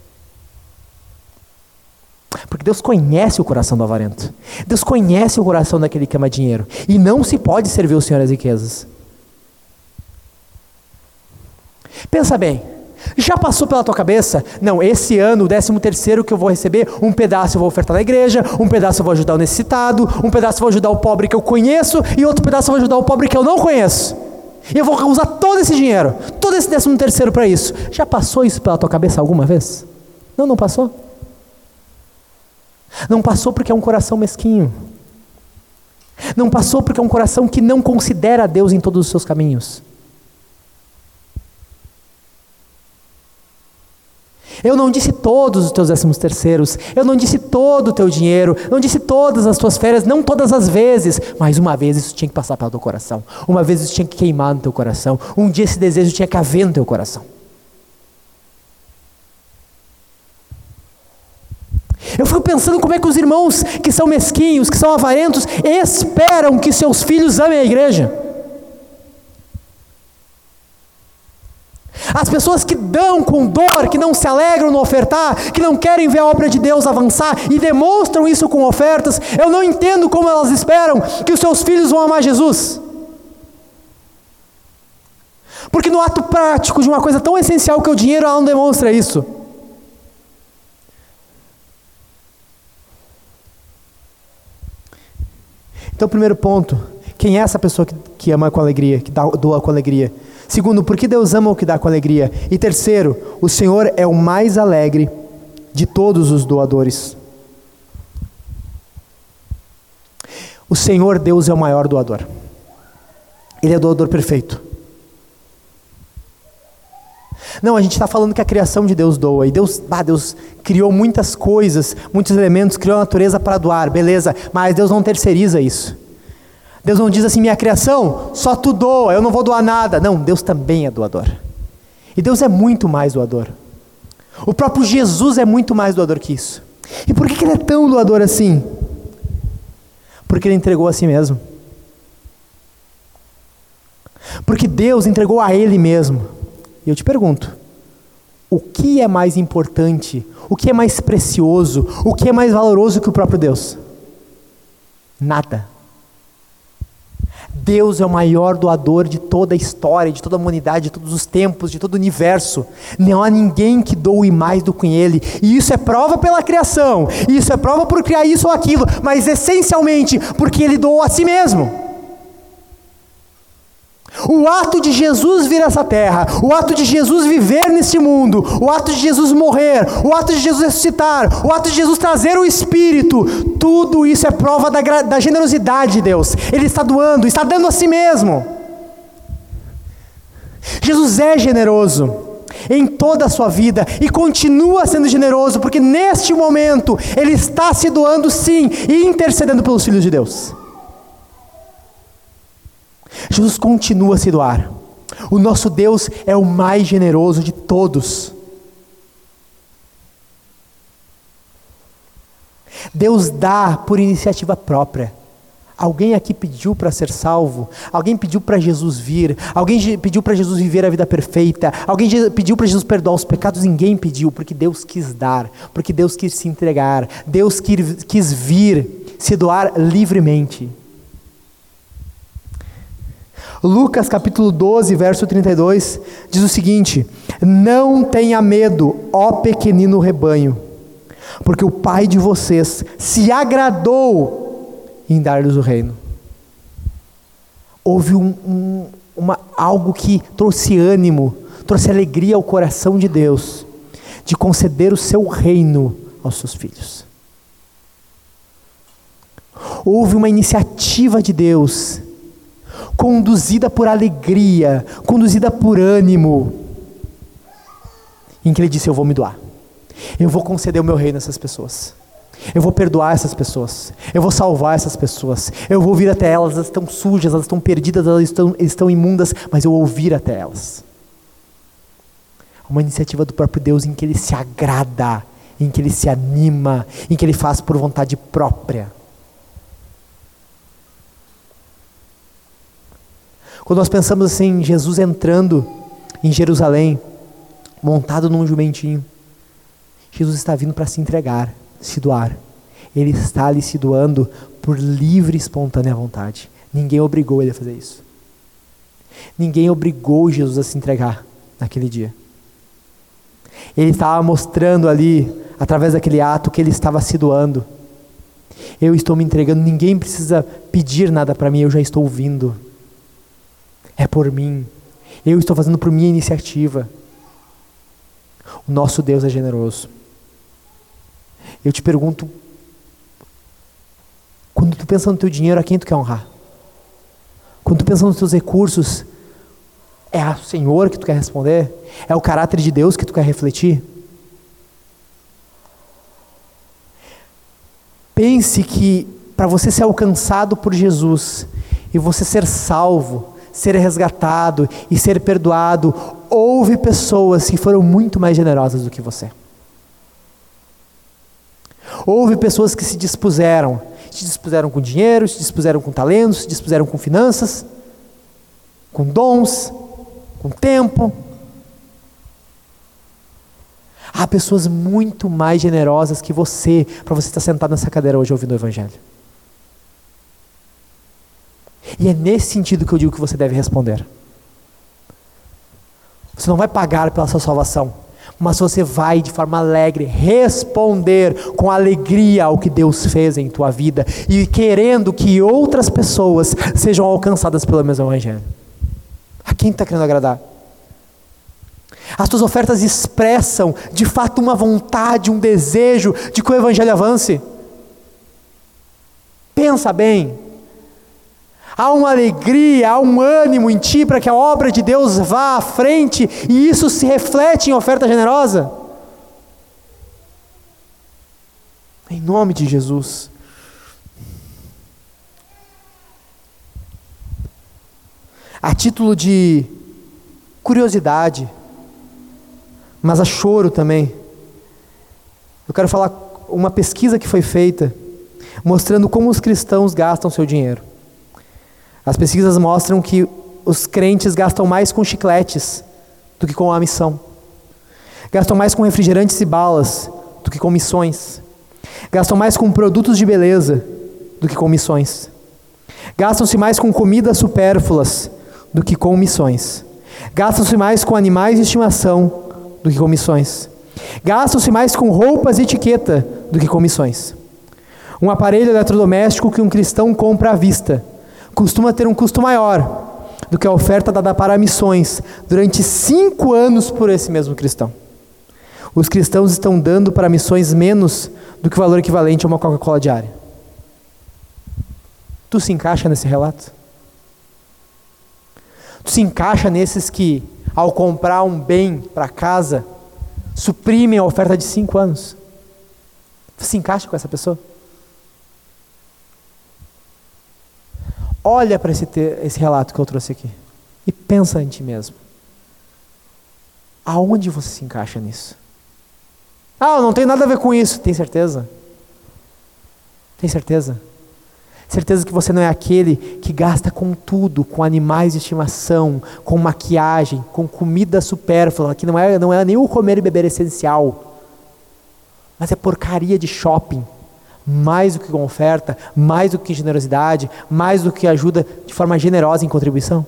S1: Porque Deus conhece o coração do avarento. Deus conhece o coração daquele que ama dinheiro. E não se pode servir o Senhor às riquezas. Pensa bem. Já passou pela tua cabeça? Não, esse ano, o 13º que eu vou receber, um pedaço eu vou ofertar na igreja, um pedaço eu vou ajudar o necessitado, um pedaço eu vou ajudar o pobre que eu conheço, e outro pedaço eu vou ajudar o pobre que eu não conheço. E eu vou usar todo esse dinheiro, todo esse 13º para isso. Já passou isso pela tua cabeça alguma vez? Não, não passou. Não passou porque é um coração mesquinho. Não passou porque é um coração que não considera Deus em todos os seus caminhos. Eu não disse todos os teus 13º, eu não disse todo o teu dinheiro, não disse todas as tuas férias, não todas as vezes, mas uma vez isso tinha que passar pelo teu coração, uma vez isso tinha que queimar no teu coração, um dia esse desejo tinha que haver no teu coração. Eu fico pensando como é que os irmãos que são mesquinhos, que são avarentos, esperam que seus filhos amem a igreja. As pessoas que dão com dor, que não se alegram no ofertar, que não querem ver a obra de Deus avançar e demonstram isso com ofertas, eu não entendo como elas esperam que os seus filhos vão amar Jesus. Porque no ato prático de uma coisa tão essencial que é o dinheiro, ela não demonstra isso. Então, primeiro ponto, quem é essa pessoa que ama com alegria, que doa com alegria? Segundo, por que Deus ama o que dá com alegria? E terceiro, o Senhor é o mais alegre de todos os doadores. O Senhor Deus é o maior doador. Ele é doador perfeito. Não, a gente está falando que a criação de Deus doa, e Deus criou muitas coisas, muitos elementos, criou a natureza para doar, beleza, mas Deus não terceiriza isso. Deus não diz assim, minha criação, só tu doa, eu não vou doar nada. Não, Deus também é doador. E Deus é muito mais doador. O próprio Jesus é muito mais doador que isso. E por que Ele é tão doador assim? Porque Ele entregou a si mesmo. Porque Deus entregou a Ele mesmo. E eu te pergunto, o que é mais importante, o que é mais precioso, o que é mais valoroso que o próprio Deus? Nada. Deus é o maior doador de toda a história, de toda a humanidade, de todos os tempos, de todo o universo. Não há ninguém que doe mais do que Ele. E isso é prova pela criação, isso é prova por criar isso ou aquilo, mas essencialmente porque Ele doou a si mesmo. O ato de Jesus vir a essa terra, o ato de Jesus viver nesse mundo, o ato de Jesus morrer, o ato de Jesus ressuscitar, o ato de Jesus trazer o Espírito, tudo isso é prova da generosidade de Deus. Ele está doando, está dando a si mesmo. Jesus é generoso em toda a sua vida e continua sendo generoso, porque neste momento Ele está se doando sim e intercedendo pelos filhos de Deus. Jesus continua a se doar. O nosso Deus é o mais generoso de todos. Deus dá por iniciativa própria. Alguém aqui pediu para ser salvo? Alguém pediu para Jesus vir? Alguém pediu para Jesus viver a vida perfeita? Alguém pediu para Jesus perdoar os pecados? Ninguém pediu, porque Deus quis dar, porque Deus quis se entregar, Deus quis vir, se doar livremente. Lucas capítulo 12, verso 32, diz o seguinte: não tenha medo, ó pequenino rebanho, porque o Pai de vocês se agradou em dar-lhes o reino. Houve algo que trouxe ânimo, trouxe alegria ao coração de Deus, de conceder o seu reino aos seus filhos. Houve uma iniciativa de Deus, conduzida por alegria, conduzida por ânimo, em que Ele disse: eu vou me doar, eu vou conceder o meu reino a essas pessoas, eu vou perdoar essas pessoas, eu vou salvar essas pessoas, eu vou vir até elas, elas estão sujas, elas estão perdidas, elas estão imundas, mas eu vou vir até elas. Uma iniciativa do próprio Deus em que Ele se agrada, em que Ele se anima, em que Ele faz por vontade própria. Quando nós pensamos assim, Jesus entrando em Jerusalém, montado num jumentinho, Jesus está vindo para se entregar, se doar. Ele está ali se doando por livre e espontânea vontade. Ninguém obrigou Ele a fazer isso. Ninguém obrigou Jesus a se entregar naquele dia. Ele estava mostrando ali, através daquele ato, que Ele estava se doando. Eu estou me entregando, ninguém precisa pedir nada para mim, eu já estou vindo. É por mim, eu estou fazendo por minha iniciativa. O nosso Deus é generoso. Eu te pergunto, quando tu pensa no teu dinheiro, a quem tu quer honrar? Quando tu pensa nos teus recursos, é ao Senhor que tu quer responder? É o caráter de Deus que tu quer refletir? Pense que para você ser alcançado por Jesus e você ser salvo, ser resgatado e ser perdoado, houve pessoas que foram muito mais generosas do que você. Houve pessoas que se dispuseram com dinheiro, se dispuseram com talentos, se dispuseram com finanças, com dons, com tempo. Há pessoas muito mais generosas que você, para você estar sentado nessa cadeira hoje ouvindo o Evangelho. E é nesse sentido que eu digo que você deve responder. Você não vai pagar pela sua salvação, mas você vai de forma alegre responder com alegria ao que Deus fez em tua vida e querendo que outras pessoas sejam alcançadas pelo mesmo Evangelho. A quem está querendo agradar? As tuas ofertas expressam de fato uma vontade, um desejo de que o Evangelho avance? Pensa bem. Há uma alegria, há um ânimo em ti para que a obra de Deus vá à frente e isso se reflete em oferta generosa? Em nome de Jesus. A título de curiosidade, mas a choro também, eu quero falar uma pesquisa que foi feita mostrando como os cristãos gastam seu dinheiro. As pesquisas mostram que os crentes gastam mais com chicletes do que com a missão. Gastam mais com refrigerantes e balas do que com missões. Gastam mais com produtos de beleza do que com missões. Gastam-se mais com comidas supérfluas do que com missões. Gastam-se mais com animais de estimação do que com missões. Gastam-se mais com roupas e etiqueta do que com missões. Um aparelho eletrodoméstico que um cristão compra à vista costuma ter um custo maior do que a oferta dada para missões durante 5 anos por esse mesmo cristão. Os cristãos estão dando para missões menos do que o valor equivalente a uma Coca-Cola diária. Tu se encaixa nesse relato? Tu se encaixa nesses que, ao comprar um bem para casa, suprimem a oferta de 5 anos? Tu se encaixa com essa pessoa? Olha para esse relato que eu trouxe aqui e pensa em ti mesmo. Aonde você se encaixa nisso? Eu não tenho nada a ver com isso. Tem certeza? Tem certeza? Certeza que você não é aquele que gasta com tudo, com animais de estimação, com maquiagem, com comida supérflua, que não é nem o comer e beber essencial, mas é porcaria de shopping. Mais do que com oferta, mais do que generosidade, mais do que ajuda de forma generosa em contribuição?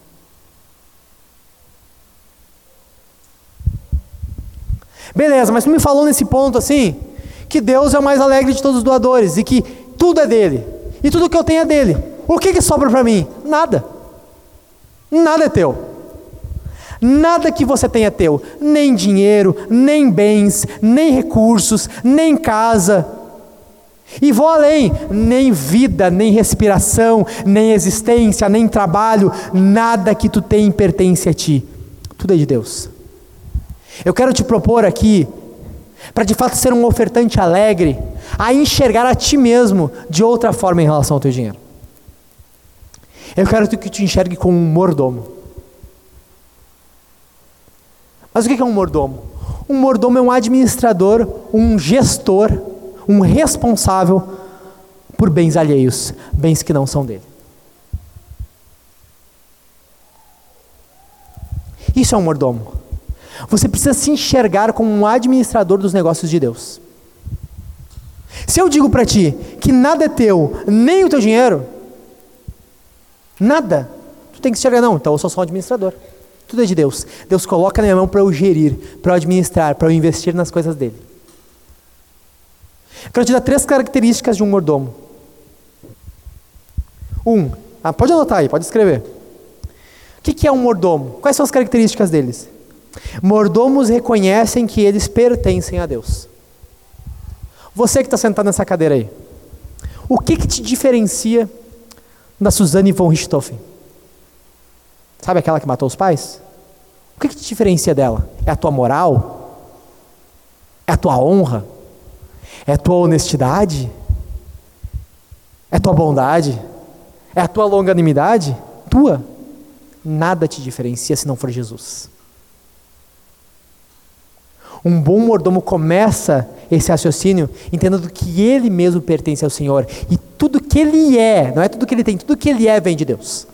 S1: Beleza, mas tu me falou nesse ponto assim, que Deus é o mais alegre de todos os doadores, e que tudo é dele, e tudo que eu tenho é dele. O que sobra para mim? Nada. Nada é teu. Nada que você tenha é teu. Nem dinheiro, nem bens, nem recursos, nem casa. E vou além, nem vida, nem respiração, nem existência, nem trabalho, nada que tu tem pertence a ti. Tudo é de Deus. Eu quero te propor aqui, para de fato ser um ofertante alegre, a enxergar a ti mesmo de outra forma em relação ao teu dinheiro. Eu quero que te enxergue como um mordomo. Mas o que é um mordomo? Um mordomo é um administrador, um gestor, um responsável por bens alheios, bens que não são dele. Isso é um mordomo. Você precisa se enxergar como um administrador dos negócios de Deus. Se eu digo para ti que nada é teu, nem o teu dinheiro, nada, tu tem que se enxergar, não, então eu sou só um administrador. Tudo é de Deus. Deus coloca na minha mão para eu gerir, para eu administrar, para eu investir nas coisas dele. Quero te dar 3 características de um mordomo. Pode anotar aí, pode escrever. O que é um mordomo? Quais são as características deles? Mordomos reconhecem que eles pertencem a Deus. Você que está sentado nessa cadeira aí, o que te diferencia da Suzane von Richthofen? Sabe aquela que matou os pais? O que te diferencia dela? É a tua moral? É a tua honra? É a tua honestidade? É tua bondade? É a tua longanimidade? Tua? Nada te diferencia se não for Jesus. Um bom mordomo começa esse raciocínio entendendo que ele mesmo pertence ao Senhor. E tudo que ele é, não é tudo que ele tem, tudo que ele é vem de Deus.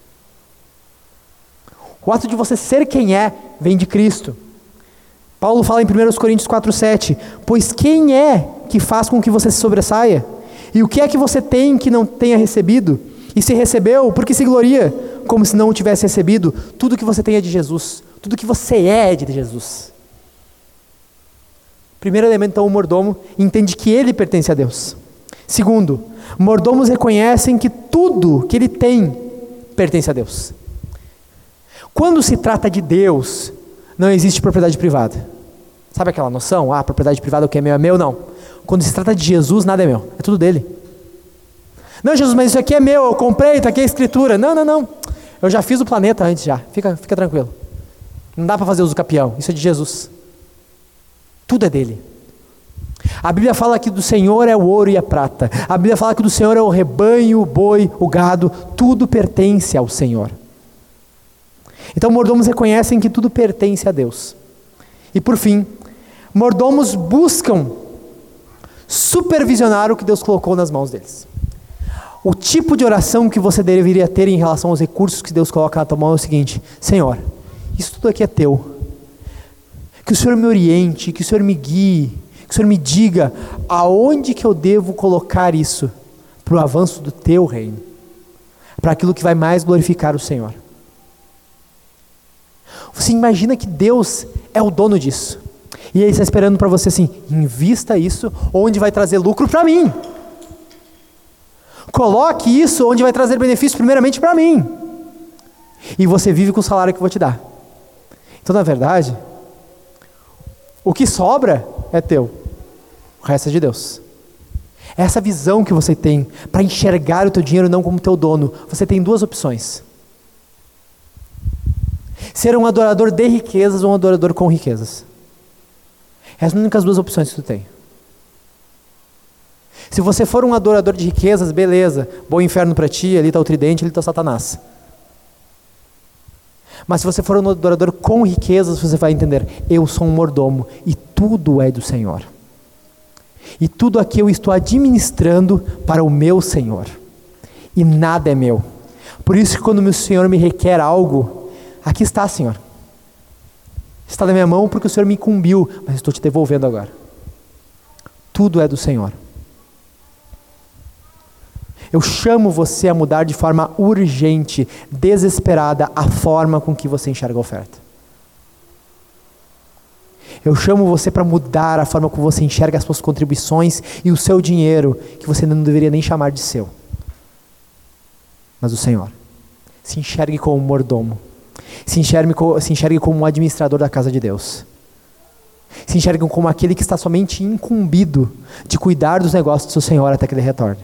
S1: O ato de você ser quem é, vem de Cristo. Paulo fala em 1 Coríntios 4,7: pois quem é que faz com que você se sobressaia? E o que é que você tem que não tenha recebido? E se recebeu, por que se gloria? Como se não o tivesse recebido? Tudo que você tem é de Jesus. Tudo que você é de Jesus. Primeiro elemento, então, o mordomo entende que ele pertence a Deus. Segundo, mordomos reconhecem que tudo que ele tem pertence a Deus. Quando se trata de Deus, não existe propriedade privada. Sabe aquela noção? Propriedade privada, o que é meu? Não. Quando se trata de Jesus, nada é meu. É tudo dele. Não, Jesus, mas isso aqui é meu, eu comprei, está aqui a escritura. Não. Eu já fiz o planeta antes já. Fica tranquilo. Não dá para fazer uso capião. Isso é de Jesus. Tudo é dele. A Bíblia fala que do Senhor é o ouro e a prata. A Bíblia fala que do Senhor é o rebanho, o boi, o gado. Tudo pertence ao Senhor. Então mordomos reconhecem que tudo pertence a Deus. E por fim, mordomos buscam supervisionar o que Deus colocou nas mãos deles. O tipo de oração que você deveria ter em relação aos recursos que Deus coloca na tua mão é o seguinte: Senhor, isso tudo aqui é teu. Que o Senhor me oriente, que o Senhor me guie, que o Senhor me diga aonde que eu devo colocar isso para o avanço do teu reino, para aquilo que vai mais glorificar o Senhor. Você imagina que Deus é o dono disso, e Ele está esperando para você assim: invista isso onde vai trazer lucro para mim. Coloque isso onde vai trazer benefício primeiramente para mim. E você vive com o salário que eu vou te dar. Então, na verdade, o que sobra é teu. O resto é de Deus. Essa visão que você tem para enxergar o teu dinheiro não como teu dono, você tem duas opções: ser um adorador de riquezas ou um adorador com riquezas. Essas são as únicas duas opções que tu tem. Se você for um adorador de riquezas, beleza, bom inferno para ti, ali está o tridente, ali está o Satanás. Mas se você for um adorador com riquezas, você vai entender: eu sou um mordomo e tudo é do Senhor. E tudo aqui eu estou administrando para o meu Senhor. E nada é meu. Por isso que quando o meu Senhor me requer algo, aqui está, Senhor. Está na minha mão porque o Senhor me incumbiu, mas estou te devolvendo agora. Tudo é do Senhor. Eu chamo você a mudar de forma urgente, desesperada, a forma com que você enxerga a oferta. Eu chamo você para mudar a forma como você enxerga as suas contribuições e o seu dinheiro, que você não deveria nem chamar de seu, mas o Senhor. Se enxergue como um mordomo. Se enxergue como um administrador da casa de Deus. Se enxergue como aquele que está somente incumbido de cuidar dos negócios do seu Senhor até que Ele retorne.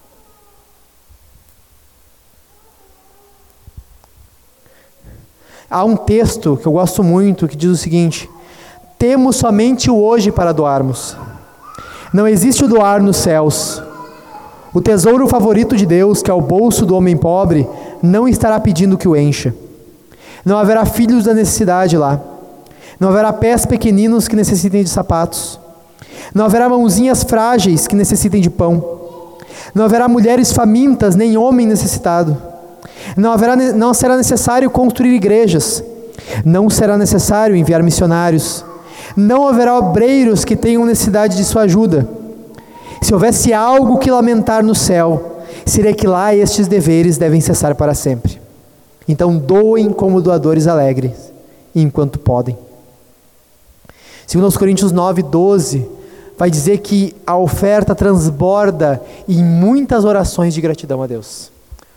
S1: Há um texto que eu gosto muito que diz o seguinte: temos somente o hoje para doarmos. Não existe o doar nos céus. O tesouro favorito de Deus, que é o bolso do homem pobre, não estará pedindo que o encha. Não haverá filhos da necessidade lá. Não haverá pés pequeninos que necessitem de sapatos. Não haverá mãozinhas frágeis que necessitem de pão. Não haverá mulheres famintas, nem homem necessitado. Não será necessário construir igrejas. Não será necessário enviar missionários. Não haverá obreiros que tenham necessidade de sua ajuda. Se houvesse algo que lamentar no céu, seria que lá estes deveres devem cessar para sempre. Então doem como doadores alegres, enquanto podem. Segundo aos Coríntios 9:12, vai dizer que a oferta transborda em muitas orações de gratidão a Deus.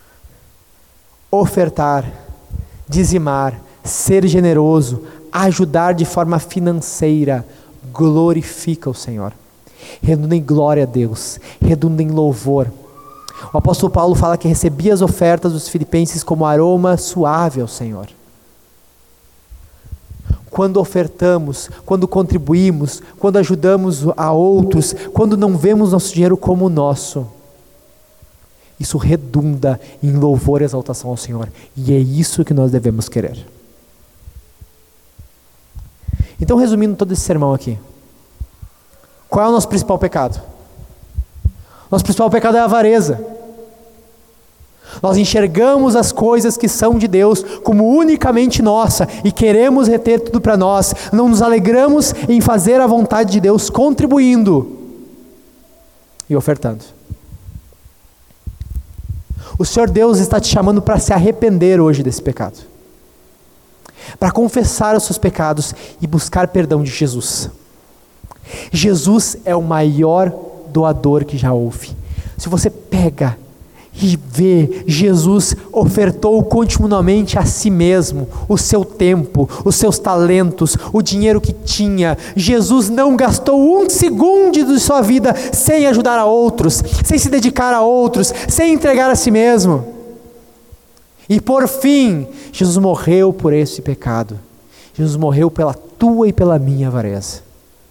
S1: Ofertar, dizimar, ser generoso, ajudar de forma financeira, glorifica o Senhor. Redunda em glória a Deus, redunda em louvor. O apóstolo Paulo fala que recebia as ofertas dos filipenses como aroma suave ao Senhor. Quando ofertamos, quando contribuímos, quando ajudamos a outros, quando não vemos nosso dinheiro como nosso, Isso redunda em louvor e exaltação ao Senhor. E é isso que nós devemos querer. Então, resumindo todo esse sermão aqui, qual é o nosso principal pecado? Nosso principal pecado é a avareza. Nós enxergamos as coisas que são de Deus como unicamente nossa e queremos reter tudo para nós. Não nos alegramos em fazer a vontade de Deus, contribuindo e ofertando. O Senhor Deus está te chamando para se arrepender hoje desse pecado, para confessar os seus pecados e buscar perdão de Jesus. Jesus é o maior doador que já houve. Se você pega e vê, Jesus ofertou continuamente a si mesmo, o seu tempo, os seus talentos, o dinheiro que tinha. Jesus não gastou um segundo de sua vida sem ajudar a outros, sem se dedicar a outros, sem entregar a si mesmo. E por fim, Jesus morreu por esse pecado. Jesus morreu pela tua e pela minha avareza.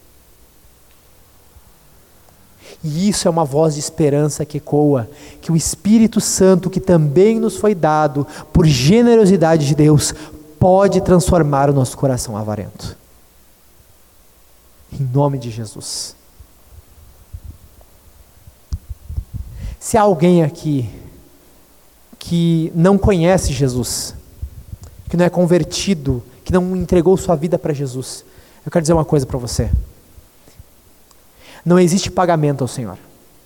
S1: E isso é uma voz de esperança que ecoa, que o Espírito Santo, que também nos foi dado por generosidade de Deus, pode transformar o nosso coração avarento. Em nome de Jesus. Se há alguém aqui que não conhece Jesus, que não é convertido, que não entregou sua vida para Jesus, eu quero dizer uma coisa para você. Não existe pagamento ao Senhor.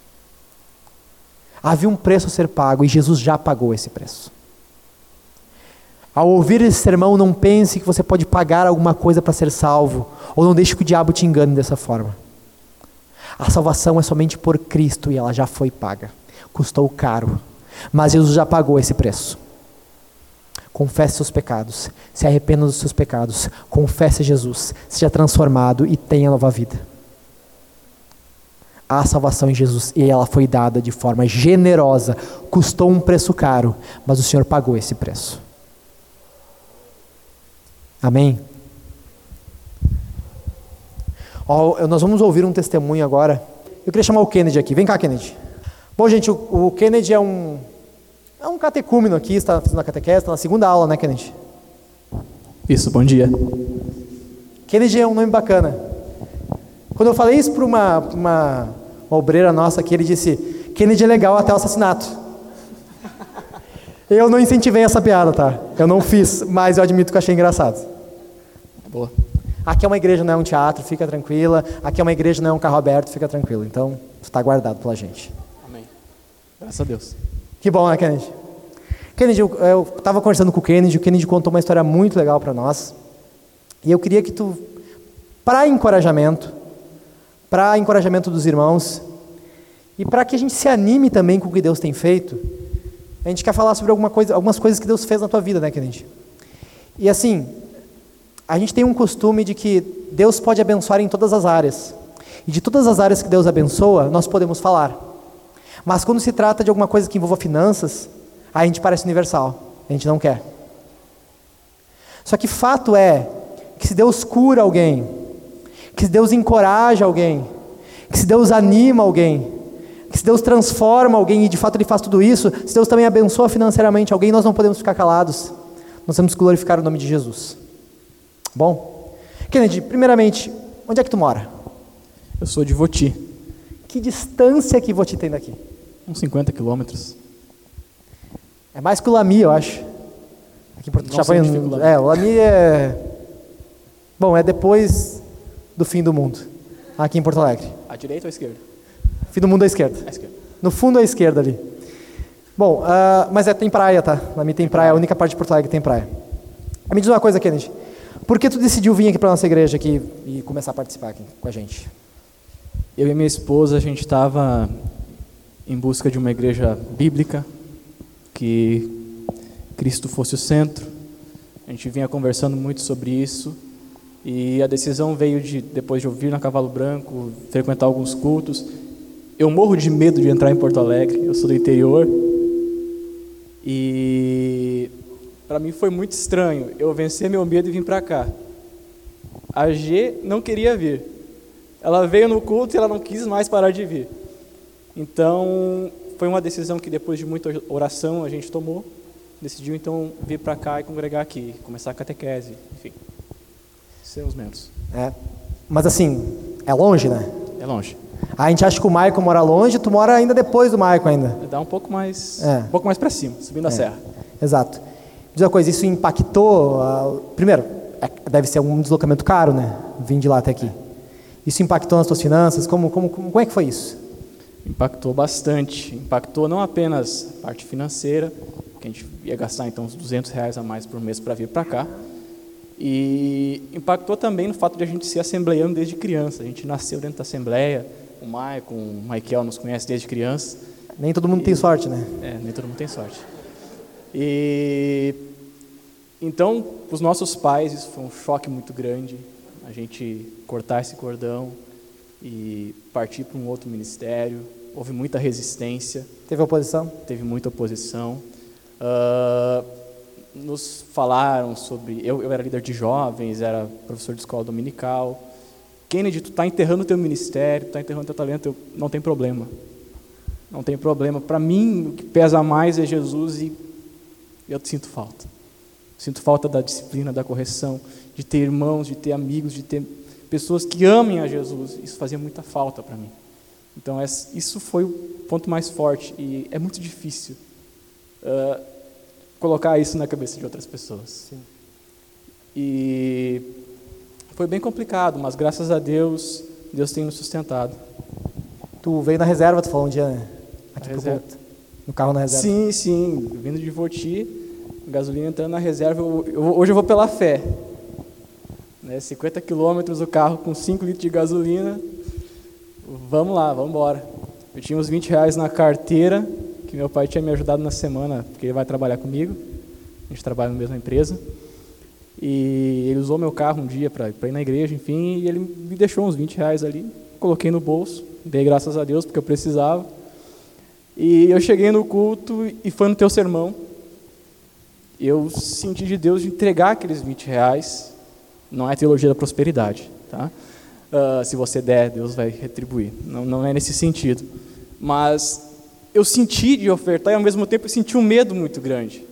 S1: Havia um preço a ser pago e Jesus já pagou esse preço. Ao ouvir esse sermão, não pense que você pode pagar alguma coisa para ser salvo, ou não deixe que o diabo te engane dessa forma. A salvação é somente por Cristo e ela já foi paga. Custou caro, mas Jesus já pagou esse preço. Confesse seus pecados, se arrependa dos seus pecados, confesse Jesus, seja transformado e tenha nova vida. Há salvação em Jesus e ela foi dada de forma generosa, custou um preço caro, mas o Senhor pagou esse preço. Amém? Nós vamos ouvir um testemunho agora. Eu queria chamar o Kennedy aqui. Vem cá, Kennedy. Bom, gente, o Kennedy é um catecúmeno aqui, está fazendo a catequese, está na segunda aula, né, Kennedy?
S2: Isso, bom dia.
S1: Kennedy é um nome bacana. Quando eu falei isso para uma obreira nossa aqui, ele disse, Kennedy é legal até o assassinato. Eu não incentivei essa piada, tá? Eu não fiz, mas eu admito que eu achei engraçado.
S2: Boa.
S1: Aqui é uma igreja, não é um teatro, fica tranquila. Aqui é uma igreja, não é um carro aberto, fica tranquilo. Então, está guardado pela gente.
S2: Amém. Graças a Deus.
S1: Que bom, né, Kennedy? Kennedy, eu estava conversando com o Kennedy contou uma história muito legal para nós. E eu queria que tu, para encorajamento dos irmãos, e para que a gente se anime também com o que Deus tem feito, a gente quer falar sobre algumas coisas que Deus fez na tua vida, né, Kennedy? E assim, a gente tem um costume de que Deus pode abençoar em todas as áreas, e de todas as áreas que Deus abençoa, nós podemos falar. Mas quando se trata de alguma coisa que envolva finanças, a gente parece universal, a gente não quer. Só que fato é que se Deus cura alguém, que se Deus encoraja alguém, que se Deus anima alguém, que se Deus transforma alguém, e de fato Ele faz tudo isso, se Deus também abençoa financeiramente alguém, nós não podemos ficar calados, nós temos que glorificar o nome de Jesus. Bom? Kennedy, primeiramente, onde é que tu mora?
S2: Eu sou de Voti.
S1: Que distância que Voti tem daqui?
S2: Uns 50 quilômetros.
S1: É mais que o Lami, eu acho. Aqui em Porto Chapéu. O Lami é... Bom, é depois do fim do mundo, aqui em Porto Alegre.
S2: À direita ou à esquerda?
S1: Fim do mundo à esquerda.
S2: À esquerda.
S1: No fundo à esquerda ali. Bom, mas tem praia, tá? Lami tem praia, a única parte de Porto Alegre que tem praia. Me diz uma coisa, Kennedy. Por que tu decidiu vir aqui para nossa igreja aqui e começar a participar aqui com a gente?
S2: Eu e minha esposa, a gente estava em busca de uma igreja bíblica, que Cristo fosse o centro. A gente vinha conversando muito sobre isso. E a decisão veio depois de eu vir na Cavalo Branco, frequentar alguns cultos. Eu morro de medo de entrar em Porto Alegre, eu sou do interior. E para mim foi muito estranho eu vencer meu medo e vir para cá. A G não queria vir. Ela veio no culto e ela não quis mais parar de vir. Então foi uma decisão que depois de muita oração a gente tomou. Decidiu então vir para cá e congregar aqui, começar a catequese, enfim, ser os membros.
S1: Mas assim, é longe, né?
S2: É longe.
S1: A gente acha que o Maicon mora longe, tu mora ainda depois do Maicon ainda.
S2: Dá um pouco mais para cima, subindo a serra.
S1: Exato. Diz uma coisa, isso impactou, primeiro, deve ser um deslocamento caro, né? Vim de lá até aqui. Isso impactou nas tuas finanças? Como é que foi isso?
S2: Impactou bastante. Impactou não apenas a parte financeira, que a gente ia gastar então uns R$200 a mais por mês para vir para cá, e impactou também no fato de a gente ser assembleiano desde criança. A gente nasceu dentro da assembleia, o Maicon, o Michael nos conhece desde criança.
S1: Nem todo mundo tem sorte, né?
S2: Nem todo mundo tem sorte. E então, para os nossos pais, isso foi um choque muito grande, a gente cortar esse cordão e partir para um outro ministério. Houve muita resistência.
S1: Teve oposição?
S2: Teve muita oposição. Nos falaram sobre... Eu era líder de jovens, era professor de escola dominical. Kennedy, tu está enterrando o teu ministério, tu está enterrando o teu talento, não tem problema. Não tem problema. Para mim, o que pesa mais é Jesus e eu sinto falta. Sinto falta da disciplina, da correção, de ter irmãos, de ter amigos, de ter pessoas que amem a Jesus. Isso fazia muita falta para mim. Então, isso foi o ponto mais forte e é muito difícil colocar isso na cabeça de outras pessoas.
S1: Sim.
S2: E foi bem complicado, mas graças a Deus, Deus tem nos sustentado.
S1: Tu veio na reserva, tu falou um dia, né? Aqui pro culto. No carro na reserva.
S2: Sim, vindo de Voti, gasolina entrando na reserva. Hoje eu vou pela fé. 50 quilômetros o carro com 5 litros de gasolina. Vamos lá, vamos embora. Eu tinha uns R$20 na carteira, que meu pai tinha me ajudado na semana, porque ele vai trabalhar comigo. A gente trabalha na mesma empresa. E ele usou meu carro um dia para ir na igreja, enfim, e ele me deixou uns R$20 ali. Coloquei no bolso, dei graças a Deus, porque eu precisava. E eu cheguei no culto e foi no teu sermão. Eu senti de Deus de entregar aqueles R$20. Não é teologia da prosperidade, tá? Se você der, Deus vai retribuir. Não é nesse sentido. Mas eu senti de ofertar e ao mesmo tempo eu senti um medo muito grande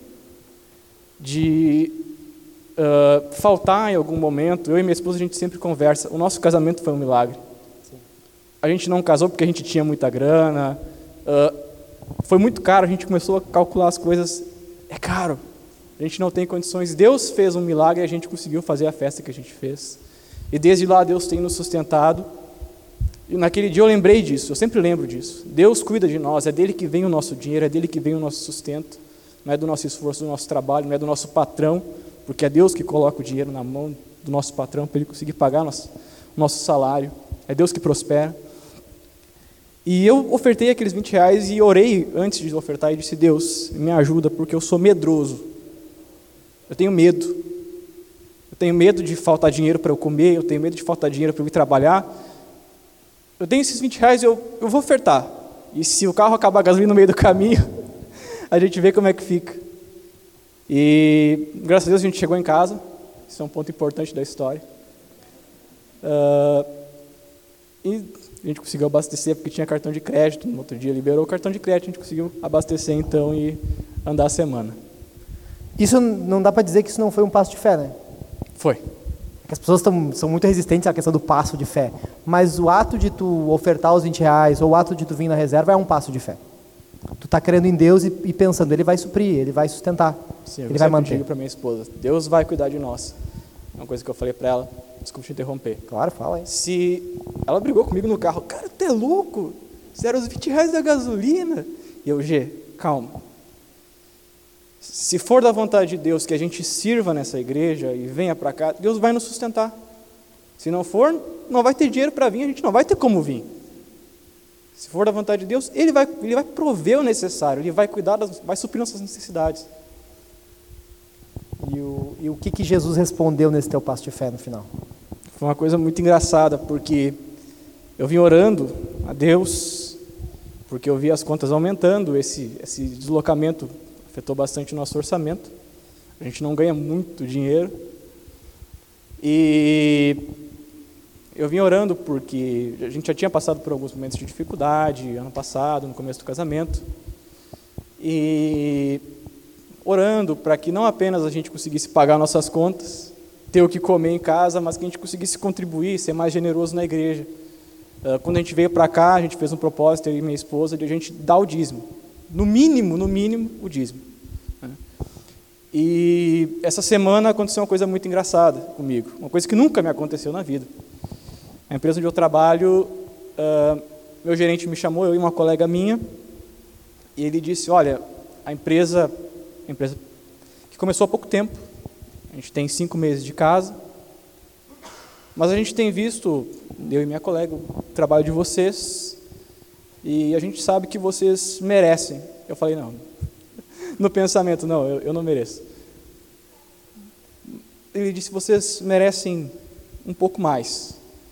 S2: de faltar em algum momento. Eu e minha esposa, a gente sempre conversa. O nosso casamento foi um milagre. Sim. A gente não casou porque a gente tinha muita grana. Foi muito caro, a gente começou a calcular as coisas. É caro. A gente não tem condições. Deus fez um milagre e a gente conseguiu fazer a festa que a gente fez. E desde lá Deus tem nos sustentado. E naquele dia eu lembrei disso, eu sempre lembro disso. Deus cuida de nós, é dele que vem o nosso dinheiro, é dele que vem o nosso sustento. Não é do nosso esforço, do nosso trabalho, não é do nosso patrão, porque é Deus que coloca o dinheiro na mão do nosso patrão para ele conseguir pagar o nosso salário. É Deus que prospera. E eu ofertei aqueles R$20 e orei antes de ofertar e disse: Deus, me ajuda, porque eu sou medroso. Eu tenho medo. Eu tenho medo de faltar dinheiro para eu comer, eu tenho medo de faltar dinheiro para eu ir trabalhar. Eu tenho esses R$20, eu vou ofertar. E se o carro acabar a gasolina no meio do caminho, a gente vê como é que fica. E graças a Deus a gente chegou em casa. Isso é um ponto importante da história. E a gente conseguiu abastecer porque tinha cartão de crédito. No outro dia liberou o cartão de crédito, a gente conseguiu abastecer então e andar a semana.
S1: Isso não dá para dizer que isso não foi um passo de fé, né?
S2: Foi.
S1: As pessoas são muito resistentes à questão do passo de fé. Mas o ato de tu ofertar os R$20 ou o ato de tu vir na reserva é um passo de fé. Tu está crendo em Deus e pensando, Ele vai suprir, Ele vai sustentar,
S2: Sim,
S1: Ele vai manter.
S2: Eu digo para minha esposa, Deus vai cuidar de nós. É uma coisa que eu falei para ela, desculpa te interromper.
S1: Claro, fala aí.
S2: Se ela brigou comigo no carro, cara, tu é louco? Fizeram os R$20 da gasolina. E eu, calma. Se for da vontade de Deus que a gente sirva nessa igreja e venha para cá, Deus vai nos sustentar. Se não for, não vai ter dinheiro para vir, a gente não vai ter como vir. Se for da vontade de Deus, Ele vai prover o necessário, Ele vai cuidar, vai suprir nossas necessidades.
S1: E o que Jesus respondeu nesse teu passo de fé no final?
S2: Foi uma coisa muito engraçada, porque eu vim orando a Deus, porque eu vi as contas aumentando, esse deslocamento afetou bastante o nosso orçamento. A gente não ganha muito dinheiro. E eu vim orando porque a gente já tinha passado por alguns momentos de dificuldade, ano passado, no começo do casamento, e orando para que não apenas a gente conseguisse pagar nossas contas, ter o que comer em casa, mas que a gente conseguisse contribuir, ser mais generoso na igreja. Quando a gente veio para cá, a gente fez um propósito, eu e minha esposa, de a gente dar o dízimo. No mínimo, o dízimo. E essa semana aconteceu uma coisa muito engraçada comigo, uma coisa que nunca me aconteceu na vida. A empresa onde eu trabalho, meu gerente me chamou, eu e uma colega minha, e ele disse, olha, a empresa que começou há pouco tempo, a gente tem 5 meses de casa, mas a gente tem visto, eu e minha colega, o trabalho de vocês, e a gente sabe que vocês merecem. Eu falei, não, no pensamento, não, eu não mereço. Ele disse, vocês merecem um pouco mais.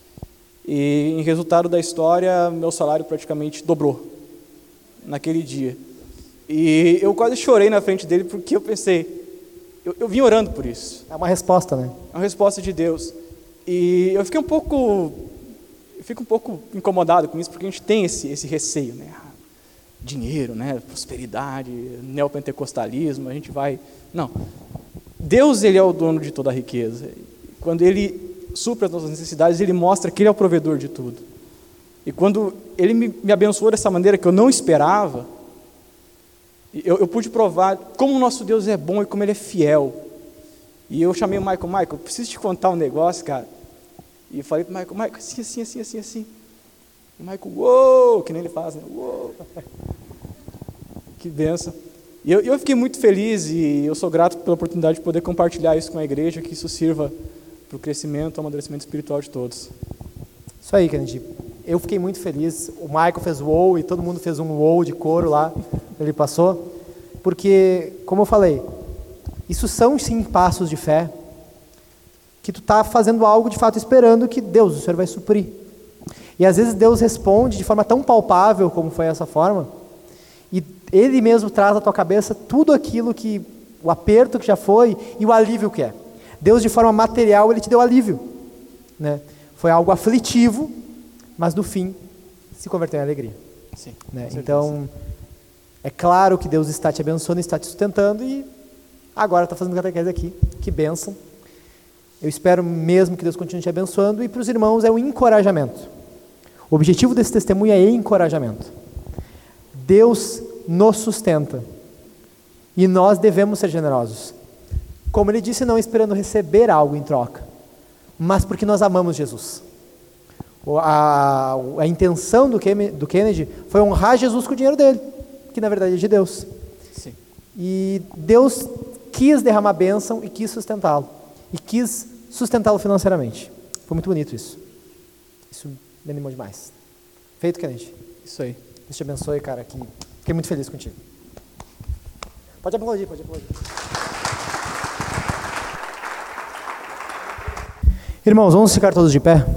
S2: E em resultado da história, meu salário praticamente dobrou naquele dia. E eu quase chorei na frente dele, porque eu pensei, eu vim orando por isso.
S1: É uma resposta, né?
S2: É uma resposta de Deus. E eu fico um pouco incomodado com isso, porque a gente tem esse receio, né? Dinheiro, né? Prosperidade, neopentecostalismo, a gente vai... Não. Deus, Ele é o dono de toda a riqueza. Quando Ele supre as nossas necessidades, Ele mostra que Ele é o provedor de tudo. E quando Ele me abençoou dessa maneira que eu não esperava, eu pude provar como o nosso Deus é bom e como Ele é fiel. E eu chamei o Michael, eu preciso te contar um negócio, cara. E falei para o Michael, assim. E o Michael, uou, que nem ele faz, né? Uou. Que benção. E eu fiquei muito feliz e eu sou grato pela oportunidade de poder compartilhar isso com a igreja, que isso sirva para o crescimento, o amadurecimento espiritual de todos.
S1: Isso aí, Kennedy. Eu fiquei muito feliz. O Michael fez uou e todo mundo fez um uou de coro lá. Ele passou. Porque, como eu falei, isso são sim passos de fé que tu está fazendo algo de fato esperando que Deus, o Senhor vai suprir. E às vezes Deus responde de forma tão palpável como foi essa forma, e Ele mesmo traz à tua cabeça tudo aquilo que, o aperto que já foi e o alívio que é. Deus de forma material, Ele te deu alívio, né? Foi algo aflitivo, mas no fim se converteu em alegria.
S2: Sim,
S1: né? Então, é claro que Deus está te abençoando, está te sustentando e agora está fazendo catequese aqui. Que bênção. Eu espero mesmo que Deus continue te abençoando e para os irmãos é um encorajamento. O objetivo desse testemunho é encorajamento. Deus nos sustenta e nós devemos ser generosos. Como ele disse, não esperando receber algo em troca, mas porque nós amamos Jesus. A intenção do Kennedy foi honrar Jesus com o dinheiro dele, que na verdade é de Deus.
S2: Sim. E
S1: Deus quis derramar bênção e quis sustentá-lo. E quis sustentá-lo financeiramente. Foi muito bonito isso. Isso me animou demais. Feito, Kennedy?
S2: Isso aí.
S1: Deus te abençoe, cara. Fiquei muito feliz contigo. Pode aplaudir. Irmãos, vamos ficar todos de pé?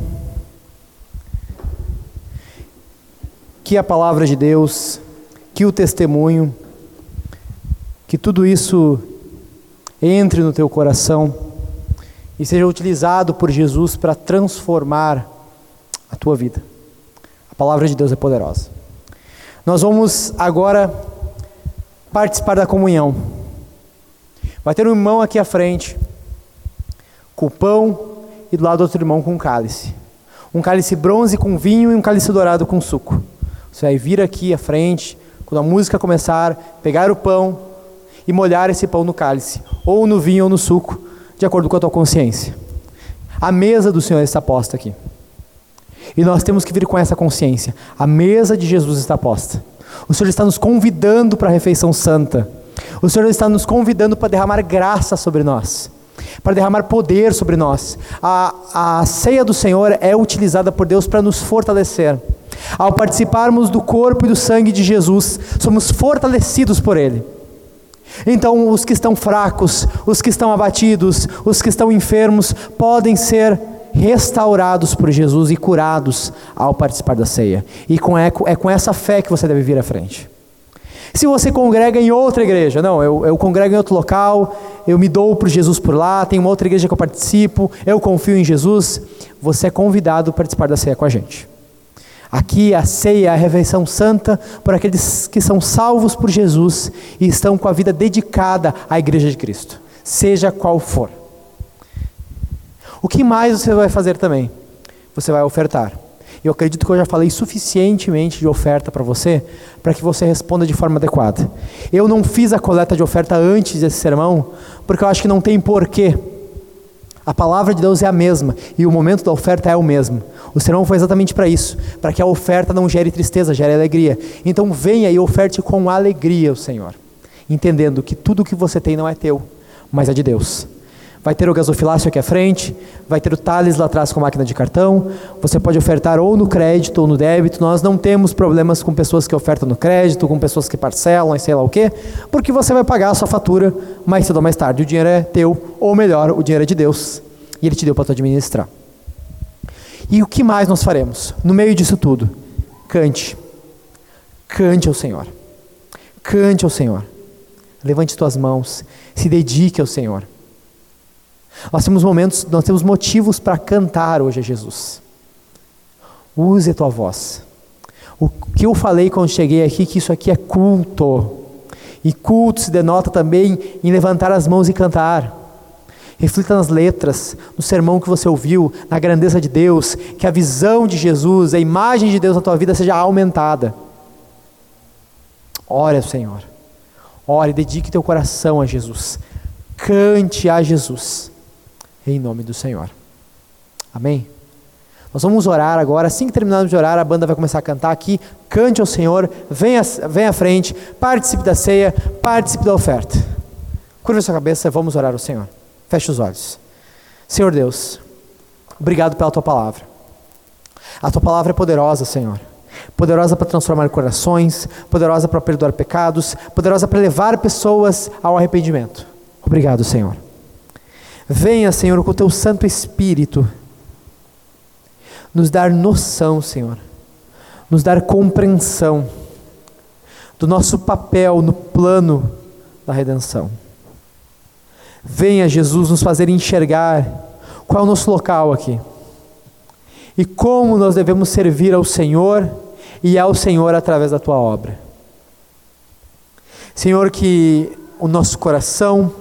S1: Que a palavra de Deus, que o testemunho, que tudo isso entre no teu coração e seja utilizado por Jesus para transformar a tua vida. A palavra de Deus é poderosa. Nós vamos agora participar da comunhão. Vai ter um irmão aqui à frente, com o pão, e do lado outro irmão com um cálice. Um cálice bronze com vinho e um cálice dourado com suco. Você vai vir aqui à frente, quando a música começar, pegar o pão e molhar esse pão no cálice, ou no vinho ou no suco, de acordo com a tua consciência. A mesa do Senhor está posta aqui. E nós temos que vir com essa consciência. A mesa de Jesus está posta. O Senhor está nos convidando para a refeição santa. O Senhor está nos convidando para derramar graça sobre nós, para derramar poder sobre nós. A ceia do Senhor é utilizada por Deus para nos fortalecer. Ao participarmos do corpo e do sangue de Jesus, somos fortalecidos por Ele. Então os que estão fracos, os que estão abatidos, os que estão enfermos, podem ser restaurados por Jesus e curados ao participar da ceia. E é com essa fé que você deve vir à frente. Se você congrega em outra igreja, não, eu congrego em outro local, eu me dou por Jesus por lá, tem uma outra igreja que eu participo, eu confio em Jesus, você é convidado a participar da ceia com a gente. Aqui a ceia é a refeição santa por aqueles que são salvos por Jesus e estão com a vida dedicada à igreja de Cristo, seja qual for. O que mais você vai fazer também? Você vai ofertar. Eu acredito que eu já falei suficientemente de oferta para você, para que você responda de forma adequada. Eu não fiz a coleta de oferta antes desse sermão, porque eu acho que não tem porquê. A palavra de Deus é a mesma, e o momento da oferta é o mesmo. O sermão foi exatamente para isso, para que a oferta não gere tristeza, gere alegria. Então venha e oferte com alegria ao Senhor, entendendo que tudo o que você tem não é teu, mas é de Deus. Vai ter o gasofilácio aqui à frente, vai ter o Thales lá atrás com a máquina de cartão, você pode ofertar ou no crédito ou no débito. Nós não temos problemas com pessoas que ofertam no crédito, com pessoas que parcelam e sei lá o quê, porque você vai pagar a sua fatura mais cedo ou mais tarde. O dinheiro é teu, ou melhor, o dinheiro é de Deus, e Ele te deu para tu administrar. E o que mais nós faremos? No meio disso tudo, cante ao Senhor, cante ao Senhor, levante tuas mãos, se dedique ao Senhor. Nós temos motivos para cantar hoje a Jesus. Use a tua voz. O que eu falei quando cheguei aqui, que isso aqui é culto. E culto se denota também em levantar as mãos e cantar. Reflita nas letras, no sermão que você ouviu, na grandeza de Deus, que a visão de Jesus, a imagem de Deus na tua vida seja aumentada. Ore ao Senhor. Ore, dedique teu coração a Jesus. Cante a Jesus. Em nome do Senhor. Amém? Nós vamos orar agora. Assim que terminarmos de orar, a banda vai começar a cantar aqui. Cante ao Senhor, venha à frente, participe da ceia, participe da oferta. Curva a sua cabeça, vamos orar ao Senhor. Feche os olhos. Senhor Deus, obrigado pela tua palavra. A tua palavra é poderosa, Senhor. Poderosa para transformar corações, poderosa para perdoar pecados, poderosa para levar pessoas ao arrependimento. Obrigado, Senhor. Venha, Senhor, com o teu Santo Espírito, nos dar noção, Senhor, nos dar compreensão do nosso papel no plano da redenção. Venha, Jesus, nos fazer enxergar qual é o nosso local aqui e como nós devemos servir ao Senhor e ao Senhor através da tua obra. Senhor, que o nosso coração,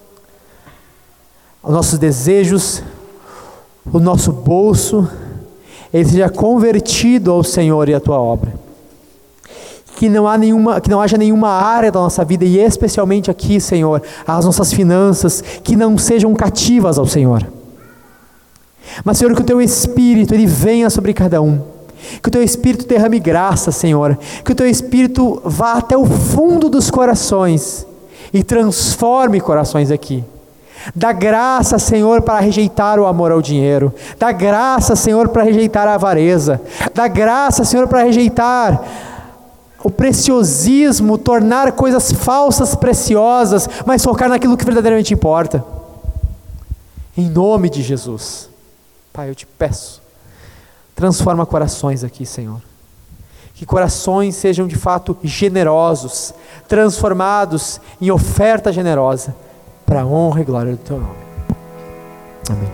S1: os nossos desejos, o nosso bolso, ele seja convertido ao Senhor e à tua obra. Que não haja nenhuma área da nossa vida, e especialmente aqui, Senhor, as nossas finanças, que não sejam cativas ao Senhor. Mas, Senhor, que o teu Espírito, ele venha sobre cada um. Que o teu Espírito derrame graça, Senhor. Que o teu Espírito vá até o fundo dos corações e transforme corações aqui. Dá graça, Senhor, para rejeitar o amor ao dinheiro. Dá graça, Senhor, para rejeitar a avareza. Dá graça, Senhor, para rejeitar o preciosismo, tornar coisas falsas preciosas, mas focar naquilo que verdadeiramente importa. Em nome de Jesus. Pai, eu te peço, transforma corações aqui, Senhor. Que corações sejam de fato generosos, transformados em oferta generosa, para a honra e glória do teu nome. Amém.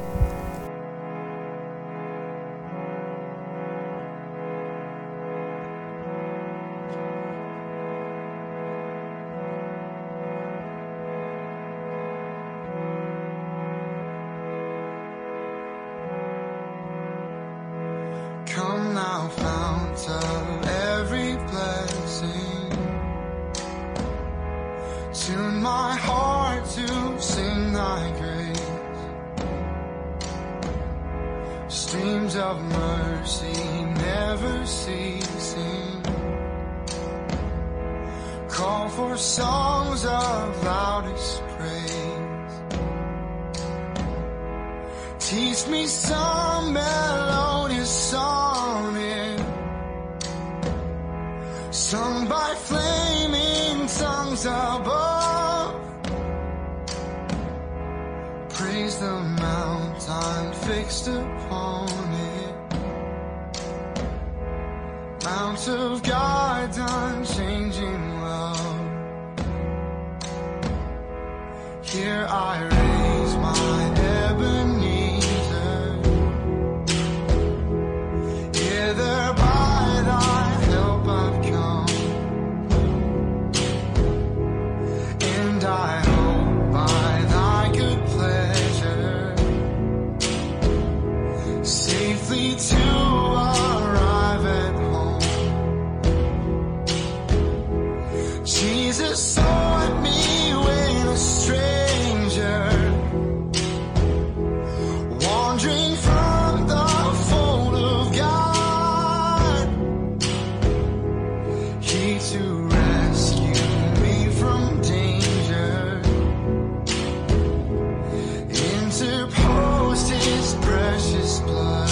S3: Come now, fount of every blessing, tune my heart to sing thy grace. Streams of mercy never ceasing, call for songs of loudest praise. Teach me some melodious sonnet, sung by flaming tongues above. Praise the mount I'm fixed upon it, mount of God's unchanging love. Here I raise my Ebenezer. Hither by thy help I've come, and I hope by thy good pleasure safely to arrive at home. Jesus saw at me when a stranger, wandering from the fold of God, he to rescue me from danger interposed his precious blood.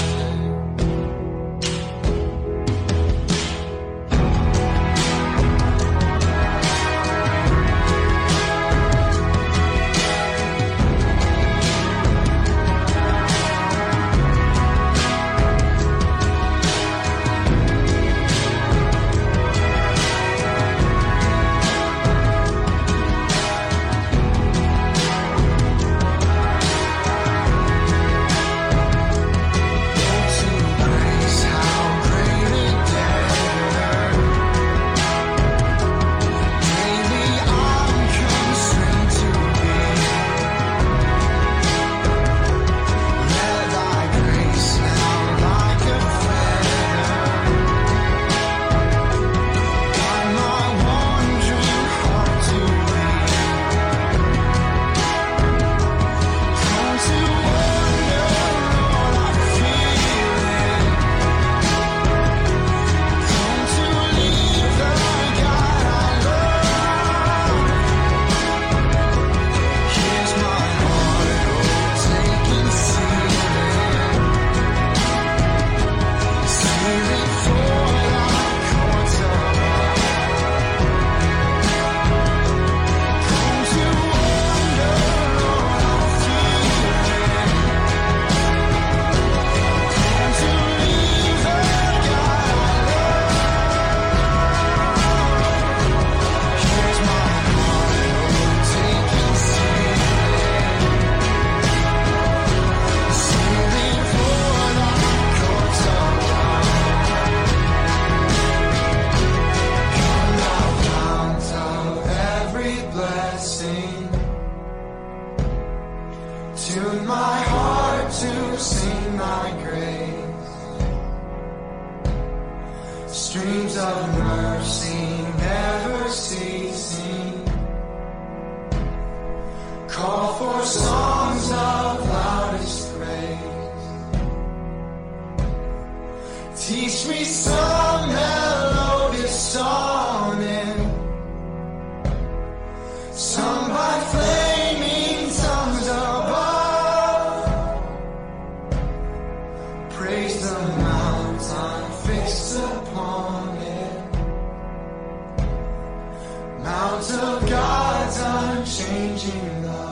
S3: Tune my heart to sing thy grace. Streams of mercy never ceasing, call for songs of loudest praise. Teach me some melodious sonnet, sung by flaming tongues above. Praise the mountain fixed upon it, Mount of God's unchanging love.